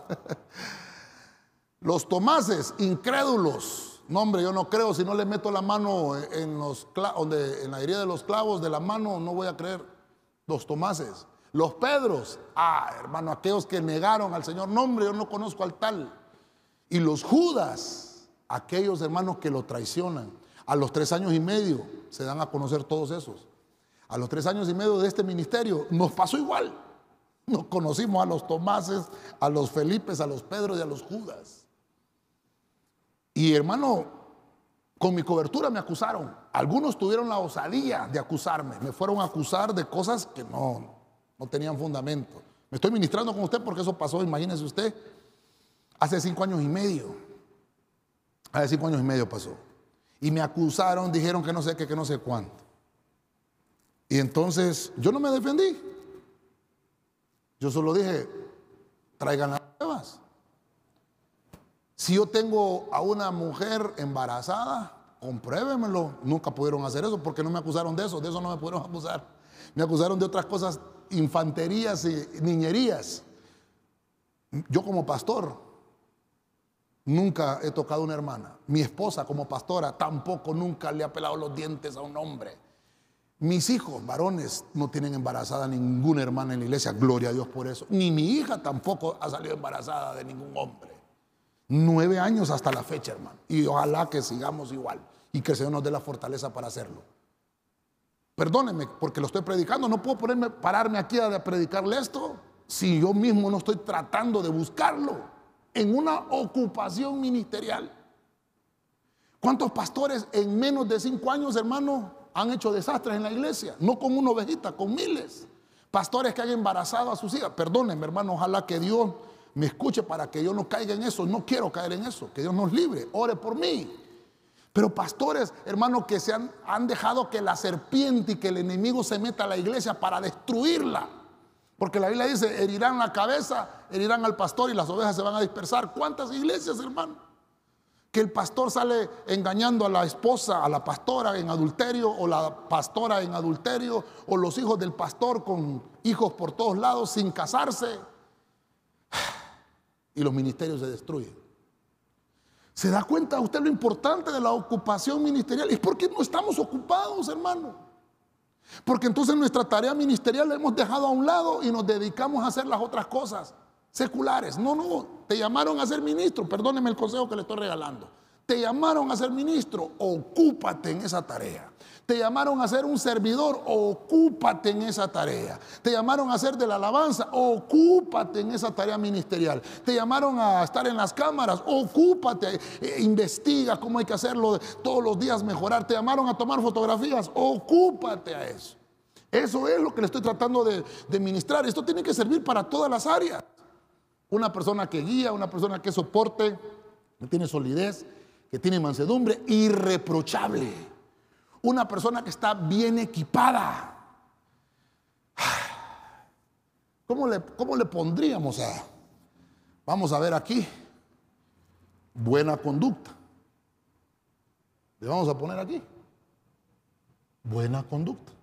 Los Tomases, incrédulos. No, hombre, yo no creo. Si no le meto la mano en, los, donde, en la herida de los clavos de la mano, no voy a creer. Los Tomases. Los Pedros. Ah, hermano, aquellos que negaron al Señor. No, hombre, yo no conozco al tal. Y los Judas, aquellos hermanos que lo traicionan. A los tres años y medio se dan a conocer todos esos. A los tres años y medio de este ministerio nos pasó igual. Nos conocimos a los Tomases, a los Felipes, a los Pedros y a los Judas. Y hermano, con mi cobertura me acusaron. Algunos tuvieron la osadía de acusarme. Me fueron a acusar de cosas que no, no tenían fundamento. Me estoy ministrando con usted porque eso pasó, imagínese usted, hace cinco años y medio. Hace cinco años y medio pasó. Y me acusaron, dijeron que no sé qué, que no sé cuánto. Y entonces yo no me defendí. Yo solo dije, traigan las pruebas. Si yo tengo a una mujer embarazada, compruébemelo. Nunca pudieron hacer eso porque no me acusaron de eso. De eso no me pudieron acusar. Me acusaron de otras cosas, infanterías y niñerías. Yo como pastor nunca he tocado a una hermana. Mi esposa como pastora tampoco nunca le ha pelado los dientes a un hombre. Mis hijos varones no tienen embarazada ninguna hermana en la iglesia, gloria a Dios por eso. Ni mi hija tampoco ha salido embarazada de ningún hombre. Nueve años hasta la fecha, hermano. Y ojalá que sigamos igual y que el Señor nos dé la fortaleza para hacerlo. Perdónenme porque lo estoy predicando. No puedo ponerme, pararme aquí a predicarle esto si yo mismo no estoy tratando de buscarlo en una ocupación ministerial. ¿Cuántos pastores en menos de cinco años, hermano, han hecho desastres en la iglesia? No con una ovejita, con miles. Pastores que han embarazado a sus hijas. Perdónenme, hermano, ojalá que Dios me escuche para que yo no caiga en eso. No quiero caer en eso. Que Dios nos libre. Ore por mí. Pero pastores, hermanos, que se han, han dejado que la serpiente y que el enemigo se meta a la iglesia para destruirla. Porque la Biblia dice, herirán la cabeza, herirán al pastor y las ovejas se van a dispersar. ¿Cuántas iglesias, hermano? Que el pastor sale engañando a la esposa, a la pastora en adulterio, o la pastora en adulterio, o los hijos del pastor con hijos por todos lados sin casarse. Y los ministerios se destruyen. ¿Se da cuenta usted lo importante de la ocupación ministerial? ¿Y por qué no estamos ocupados, hermano? Porque entonces nuestra tarea ministerial la hemos dejado a un lado y nos dedicamos a hacer las otras cosas seculares. No, no, te llamaron a ser ministro. Perdóneme el consejo que le estoy regalando. Te llamaron a ser ministro, ocúpate en esa tarea. Te llamaron a ser un servidor, ocúpate en esa tarea. Te llamaron a ser de la alabanza, ocúpate en esa tarea ministerial. Te llamaron a estar en las cámaras, ocúpate, eh, investiga cómo hay que hacerlo todos los días, mejorar. Te llamaron a tomar fotografías, ocúpate a eso. Eso es lo que le estoy tratando de, de ministrar. Esto tiene que servir para todas las áreas. Una persona que guía, una persona que soporte, que tiene solidez, que tiene mansedumbre, irreprochable. Una persona que está bien equipada. ¿Cómo le, cómo le pondríamos a? Vamos a ver aquí. Buena conducta. Le vamos a poner aquí. Buena conducta.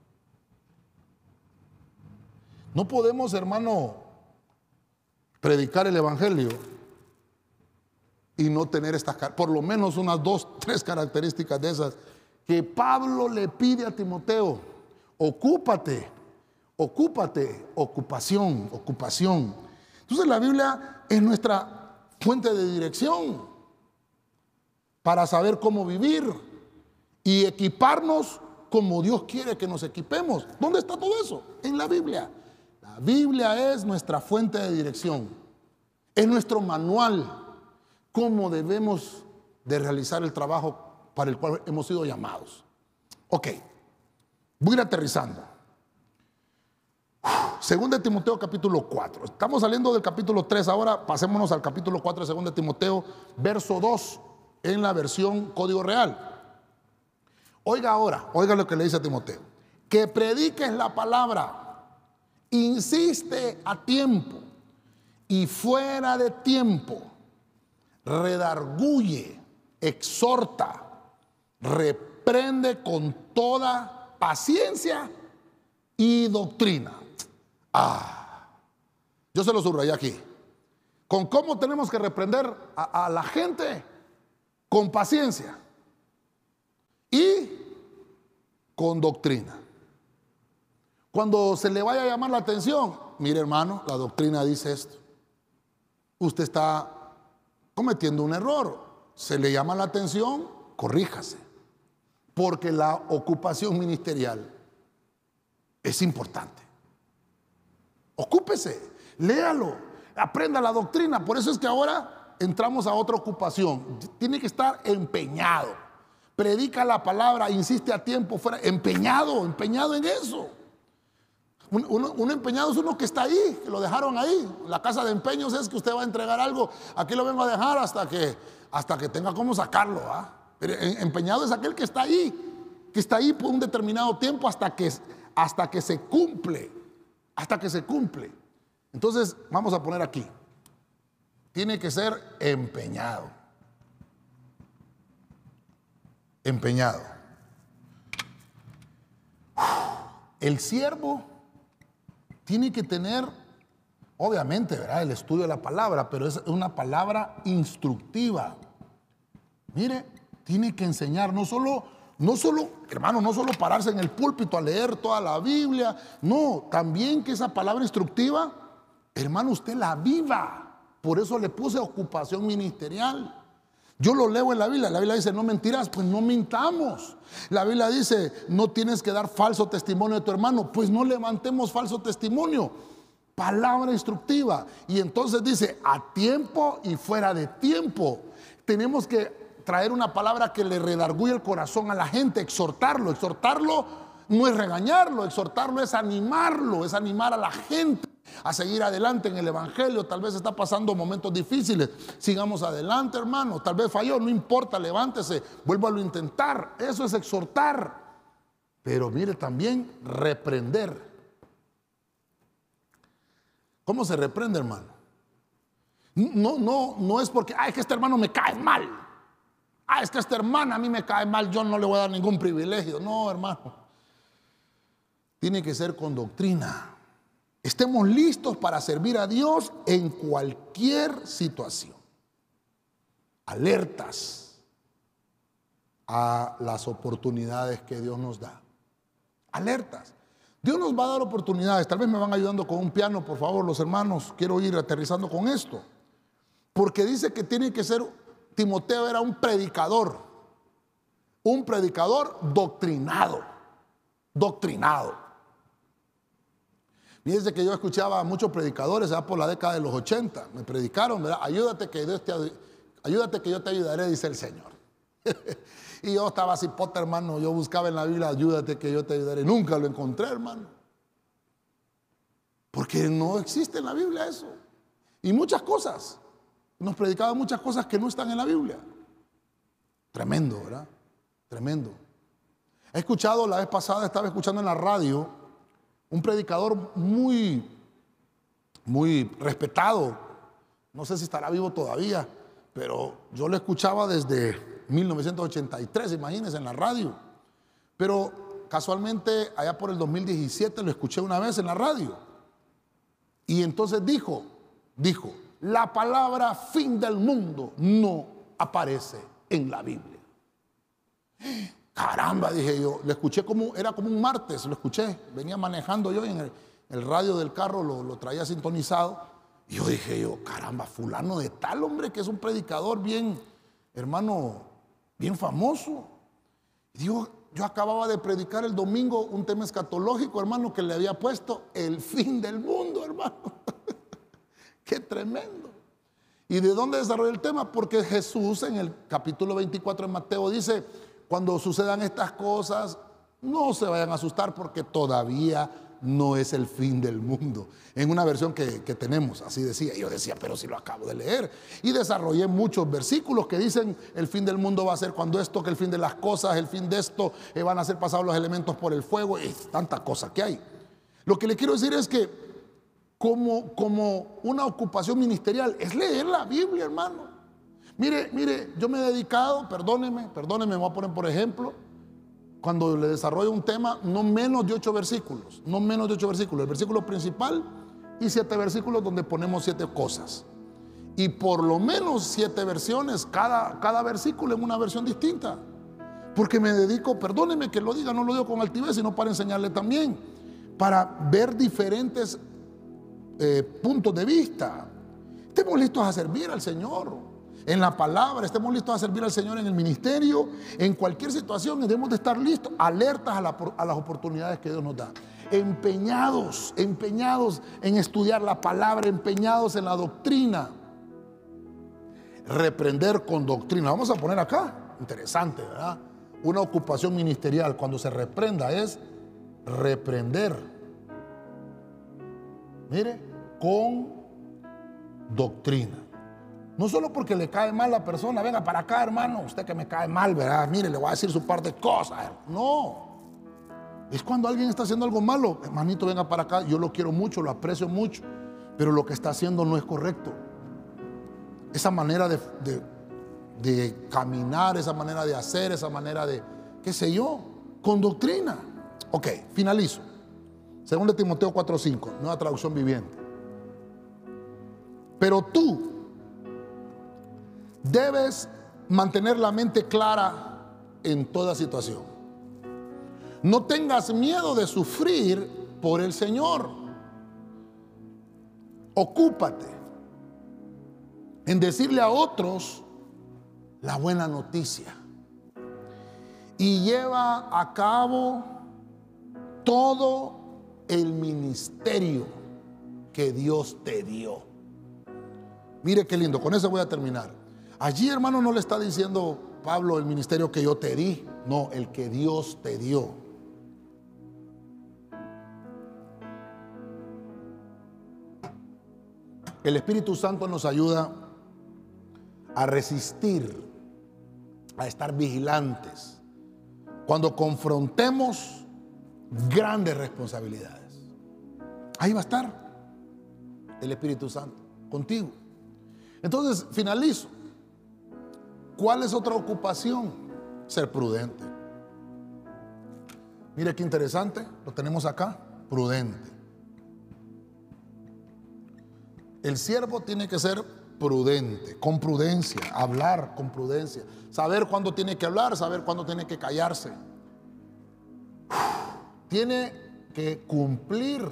No podemos, hermano, predicar el evangelio y no tener estas, por lo menos unas dos, tres características de esas que Pablo le pide a Timoteo. Ocúpate, ocúpate, ocupación, ocupación. Entonces la Biblia es nuestra fuente de dirección para saber cómo vivir y equiparnos como Dios quiere que nos equipemos. ¿Dónde está todo eso? En la Biblia. La Biblia es nuestra fuente de dirección. Es nuestro manual cómo debemos de realizar el trabajo para el cual hemos sido llamados. Ok, voy a ir aterrizando. Segunda de Timoteo capítulo cuatro. Estamos saliendo del capítulo tres ahora, pasémonos al capítulo cuatro de Segunda de Timoteo, verso dos, en la versión Código Real. Oiga ahora, oiga lo que le dice a Timoteo. Que prediques la palabra, insiste a tiempo y fuera de tiempo, redarguye, exhorta, reprende con toda paciencia y doctrina. Ah, yo se lo subrayé aquí. ¿Con cómo tenemos que reprender a, a la gente? Con paciencia y con doctrina. Cuando se le vaya a llamar la atención, mire, hermano, la doctrina dice esto. Usted está cometiendo un error. Se le llama la atención, corríjase. Porque la ocupación ministerial es importante. Ocúpese, léalo, aprenda la doctrina. Por eso es que ahora entramos a otra ocupación. Tiene que estar empeñado. Predica la palabra, insiste a tiempo, fuera, empeñado, empeñado en eso. Un, uno, un empeñado es uno que está ahí, que lo dejaron ahí. La casa de empeños es que usted va a entregar algo. Aquí lo vengo a dejar hasta que, hasta que tenga cómo sacarlo. ¿ah? Pero empeñado es aquel que está ahí, que está ahí por un determinado tiempo hasta que, hasta que se cumple, hasta que se cumple. Entonces, vamos a poner aquí, tiene que ser empeñado, empeñado. El siervo tiene que tener, obviamente, ¿verdad?, el estudio de la palabra, pero es una palabra instructiva. Mire, tiene que enseñar, no solo, no solo, hermano, no solo pararse en el púlpito a leer toda la Biblia, no, también que esa palabra instructiva, hermano, usted la viva. Por eso le puse ocupación ministerial. Yo lo leo en la Biblia, la Biblia dice, no mentirás, pues no mintamos. La Biblia dice, no tienes que dar falso testimonio de tu hermano, pues no levantemos falso testimonio. Palabra instructiva. Y entonces dice, a tiempo y fuera de tiempo. Tenemos que traer una palabra que le redarguye el corazón a la gente, exhortarlo, exhortarlo no es regañarlo, exhortarlo es animarlo, es animar a la gente a seguir adelante en el evangelio. Tal vez está pasando momentos difíciles, sigamos adelante, hermano. Tal vez falló, no importa, levántese, vuélvalo a intentar. Eso es exhortar. Pero mire, también reprender. ¿Cómo se reprende, hermano? No, no, no es porque, ay, es que este hermano me cae mal. Ah, es que esta hermana a mí me cae mal, yo no le voy a dar ningún privilegio. No, hermano. Tiene que ser con doctrina. Estemos listos para servir a Dios en cualquier situación. Alertas a las oportunidades que Dios nos da. Alertas. Dios nos va a dar oportunidades. Tal vez me van ayudando con un piano, por favor, los hermanos. Quiero ir aterrizando con esto. Porque dice que tiene que ser, Timoteo era un predicador. Un predicador doctrinado. Doctrinado. Fíjense que yo escuchaba a muchos predicadores ya por la década de los ochenta. Me predicaron, ¿verdad? Ayúdate que, Dios te, ayúdate que yo te ayudaré, dice el Señor. Y yo estaba así, pota, hermano. Yo buscaba en la Biblia, ayúdate que yo te ayudaré. Nunca lo encontré, hermano. Porque no existe en la Biblia eso. Y muchas cosas. Nos predicaban muchas cosas que no están en la Biblia. Tremendo, ¿verdad? Tremendo. He escuchado, la vez pasada estaba escuchando en la radio un predicador muy, muy respetado. No sé si estará vivo todavía, pero yo lo escuchaba desde mil novecientos ochenta y tres, imagínense, en la radio. Pero casualmente allá por el dos mil diecisiete lo escuché una vez en la radio. Y entonces dijo, dijo, la palabra fin del mundo no aparece en la Biblia. Caramba, dije yo, lo escuché como, era como un martes, lo escuché, venía manejando yo y en el, el radio del carro lo, lo traía sintonizado. Y yo dije yo, caramba, fulano de tal, hombre, que es un predicador bien, hermano, bien famoso. Y digo, yo acababa de predicar el domingo un tema escatológico, hermano, que le había puesto el fin del mundo, hermano. Qué tremendo. ¿Y de dónde desarrolló el tema? Porque Jesús en el capítulo veinticuatro de Mateo dice, cuando sucedan estas cosas, no se vayan a asustar porque todavía no es el fin del mundo. En una versión que, que tenemos, así decía. Yo decía, pero si lo acabo de leer. Y desarrollé muchos versículos que dicen, el fin del mundo va a ser cuando esto, que el fin de las cosas, el fin de esto, eh, van a ser pasados los elementos por el fuego, y tanta cosa que hay. Lo que le quiero decir es que como, como una ocupación ministerial es leer la Biblia, hermano. Mire, mire, yo me he dedicado, perdóneme, perdóneme, me voy a poner por ejemplo, cuando le desarrollo un tema, no menos de ocho versículos, no menos de ocho versículos, el versículo principal y siete versículos donde ponemos siete cosas. Y por lo menos siete versiones, cada, cada versículo en una versión distinta. Porque me dedico, perdóneme que lo diga, no lo digo con altivez, sino para enseñarle también, para ver diferentes eh, puntos de vista. Estemos listos a servir al Señor. En la palabra, estemos listos a servir al Señor en el ministerio, en cualquier situación, debemos de estar listos, alertas a, la, a las oportunidades que Dios nos da. Empeñados, empeñados en estudiar la palabra, empeñados en la doctrina. Reprender con doctrina. Vamos a poner acá, interesante, ¿verdad? Una ocupación ministerial cuando se reprenda es reprender. Mire, con doctrina. No solo porque le cae mal a la persona, venga para acá, hermano, usted que me cae mal, ¿verdad? Mire, le voy a decir su par de cosas. No. Es cuando alguien está haciendo algo malo, hermanito, venga para acá, yo lo quiero mucho, lo aprecio mucho, pero lo que está haciendo no es correcto. Esa manera de, de, de caminar, esa manera de hacer, esa manera de, qué sé yo, con doctrina. Ok, finalizo. Según de Timoteo cuatro cinco, nueva traducción viviente. Pero tú debes mantener la mente clara en toda situación. No tengas miedo de sufrir por el Señor. Ocúpate en decirle a otros la buena noticia y lleva a cabo todo el ministerio que Dios te dio. Mire qué lindo, con eso voy a terminar. Allí, hermano, no le está diciendo Pablo el ministerio que yo te di, no, el que Dios te dio. el Espíritu Santo nos ayuda a resistir, a estar vigilantes cuando confrontemos grandes responsabilidades. Ahí va a estar el Espíritu Santo contigo. Entonces, finalizo. ¿Cuál es otra ocupación? Ser prudente. Mire qué interesante, lo tenemos acá, prudente. El siervo tiene que ser prudente, con prudencia, hablar con prudencia, saber cuándo tiene que hablar, saber cuándo tiene que callarse. Tiene que cumplir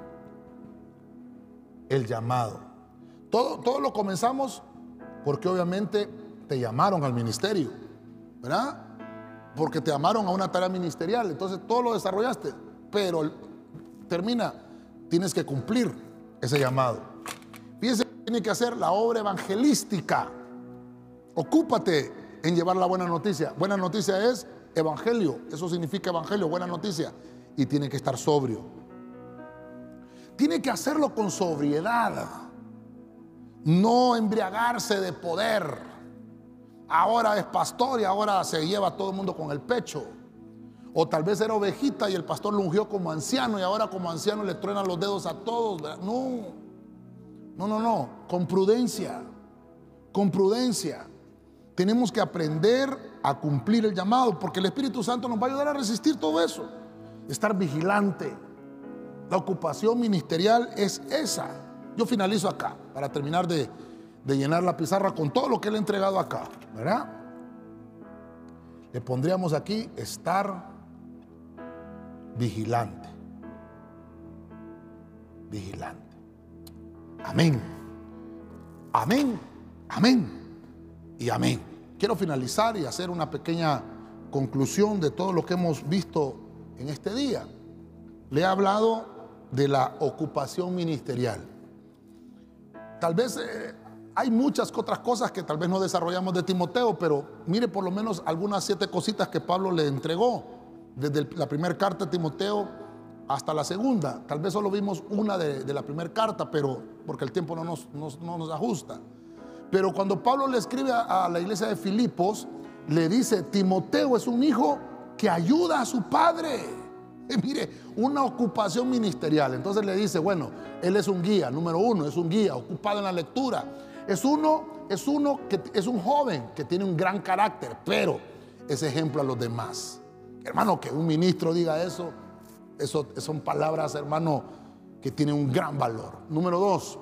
el llamado. Todo, todo lo comenzamos porque obviamente te llamaron al ministerio, ¿verdad? Porque te llamaron a una tarea ministerial, entonces todo lo desarrollaste, pero termina, tienes que cumplir ese llamado. Fíjense, tiene que hacer la obra evangelística. Ocúpate en llevar la buena noticia. Buena noticia es evangelio, eso significa evangelio, buena noticia. Y tiene que estar sobrio. Tiene que hacerlo con sobriedad, no embriagarse de poder. Ahora es pastor y ahora se lleva a todo el mundo con el pecho. O tal vez era ovejita y el pastor lo ungió como anciano y ahora como anciano le truenan los dedos a todos, ¿verdad? No. No, no, no, con prudencia, con prudencia. Tenemos que aprender a cumplir el llamado, porque el Espíritu Santo nos va a ayudar a resistir todo eso. Estar vigilante. La ocupación ministerial es esa. Yo finalizo acá, para terminar de, de llenar la pizarra con todo lo que le he entregado acá, ¿verdad? Le pondríamos aquí, estar vigilante. Vigilante. Amén, amén, amén y amén. Quiero finalizar y hacer una pequeña conclusión de todo lo que hemos visto en este día. Le he hablado de la ocupación ministerial. Tal vez eh, hay muchas otras cosas que tal vez no desarrollamos de Timoteo, pero mire por lo menos algunas siete cositas que Pablo le entregó desde la primera carta de Timoteo hasta la segunda. Tal vez solo vimos una de, de la primera carta, pero porque el tiempo no nos, nos, no nos ajusta. Pero cuando Pablo le escribe a, a la iglesia de Filipos, le dice: Timoteo es un hijo que ayuda a su padre. Y mire, una ocupación ministerial. Entonces le dice, bueno, él es un guía, número uno, es un guía ocupado en la lectura. Es uno, es uno que es un joven que tiene un gran carácter, pero es ejemplo a los demás. Hermano, que un ministro diga eso, eso son palabras, hermano, que tienen un gran valor. Número dos,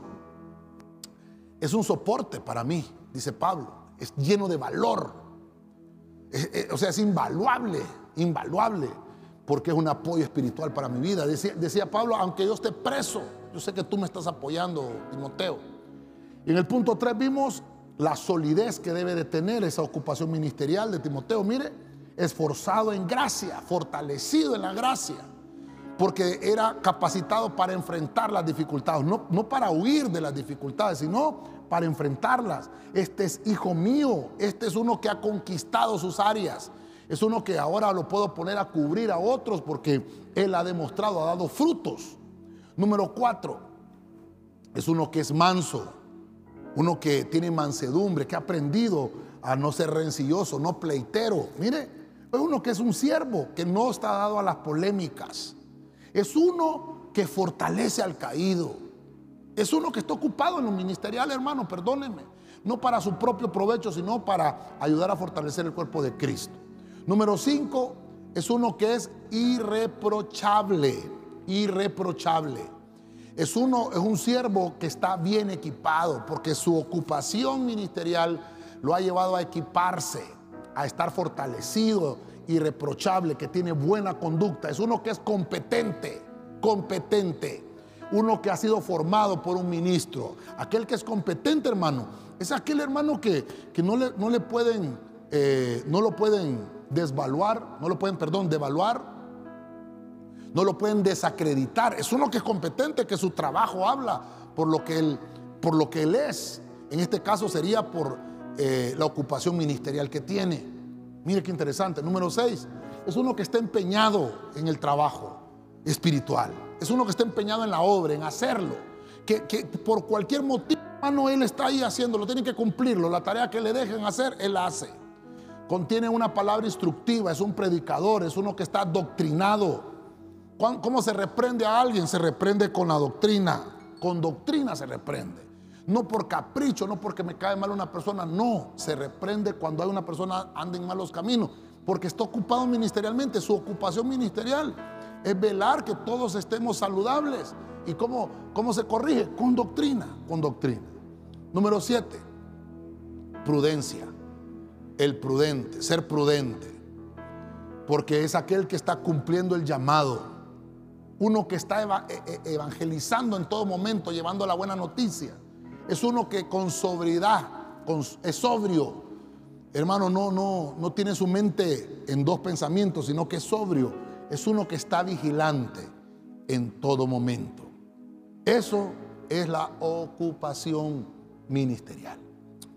es un soporte para mí, dice Pablo. Es lleno de valor. Es, es, o sea, es invaluable, invaluable, porque es un apoyo espiritual para mi vida. Decía, decía Pablo, aunque yo esté preso, yo sé que tú me estás apoyando, Timoteo. Y en el punto tres vimos la solidez que debe de tener esa ocupación ministerial de Timoteo. Mire, esforzado en gracia, fortalecido en la gracia, porque era capacitado para enfrentar las dificultades, no, no para huir de las dificultades, sino para enfrentarlas. Este es hijo mío, este es uno que ha conquistado sus áreas, es uno que ahora lo puedo poner a cubrir a otros porque él ha demostrado, ha dado frutos. Número cuatro, es uno que es manso, uno que tiene mansedumbre, que ha aprendido a no ser rencilloso, no pleitero. Mire, es uno que es un siervo, que no está dado a las polémicas. Es uno que fortalece al caído. Es uno que está ocupado en lo ministerial, hermano, perdónenme. No para su propio provecho, sino para ayudar a fortalecer el cuerpo de Cristo. Número cinco, es uno que es irreprochable. Irreprochable. Es uno, es un siervo que está bien equipado, porque su ocupación ministerial lo ha llevado a equiparse, a estar fortalecido, irreprochable, que tiene buena conducta. Es uno que es competente, competente. Uno que ha sido formado por un ministro. Aquel que es competente, hermano, es aquel hermano que, que no, le, no le pueden, eh, no lo pueden desvaluar, no lo pueden, perdón, devaluar, no lo pueden desacreditar. Es uno que es competente, que su trabajo habla por lo que él, por lo que él es. En este caso sería por eh, la ocupación ministerial que tiene. Mire qué interesante. Número seis, es uno que está empeñado en el trabajo espiritual. Es uno que está empeñado en la obra, en hacerlo, que, que por cualquier motivo, hermano, él está ahí haciéndolo, tiene que cumplirlo. La tarea que le dejen hacer, él la hace. Contiene una palabra instructiva, es un predicador, es uno que está doctrinado. ¿Cómo se reprende a alguien? Se reprende con la doctrina. Con doctrina se reprende. No por capricho, no porque me cae mal una persona, no. Se reprende cuando hay una persona anda en malos caminos, porque está ocupado ministerialmente. Su ocupación ministerial es velar que todos estemos saludables. ¿Y cómo, cómo se corrige? Con doctrina, con doctrina. Número siete, prudencia. El prudente, ser prudente, porque es aquel que está cumpliendo el llamado. Uno que está eva evangelizando en todo momento, llevando la buena noticia. Es uno que con sobriedad, con, es sobrio. Hermano, no, no, no tiene su mente en dos pensamientos, sino que es sobrio. Es uno que está vigilante en todo momento. Eso es la ocupación ministerial.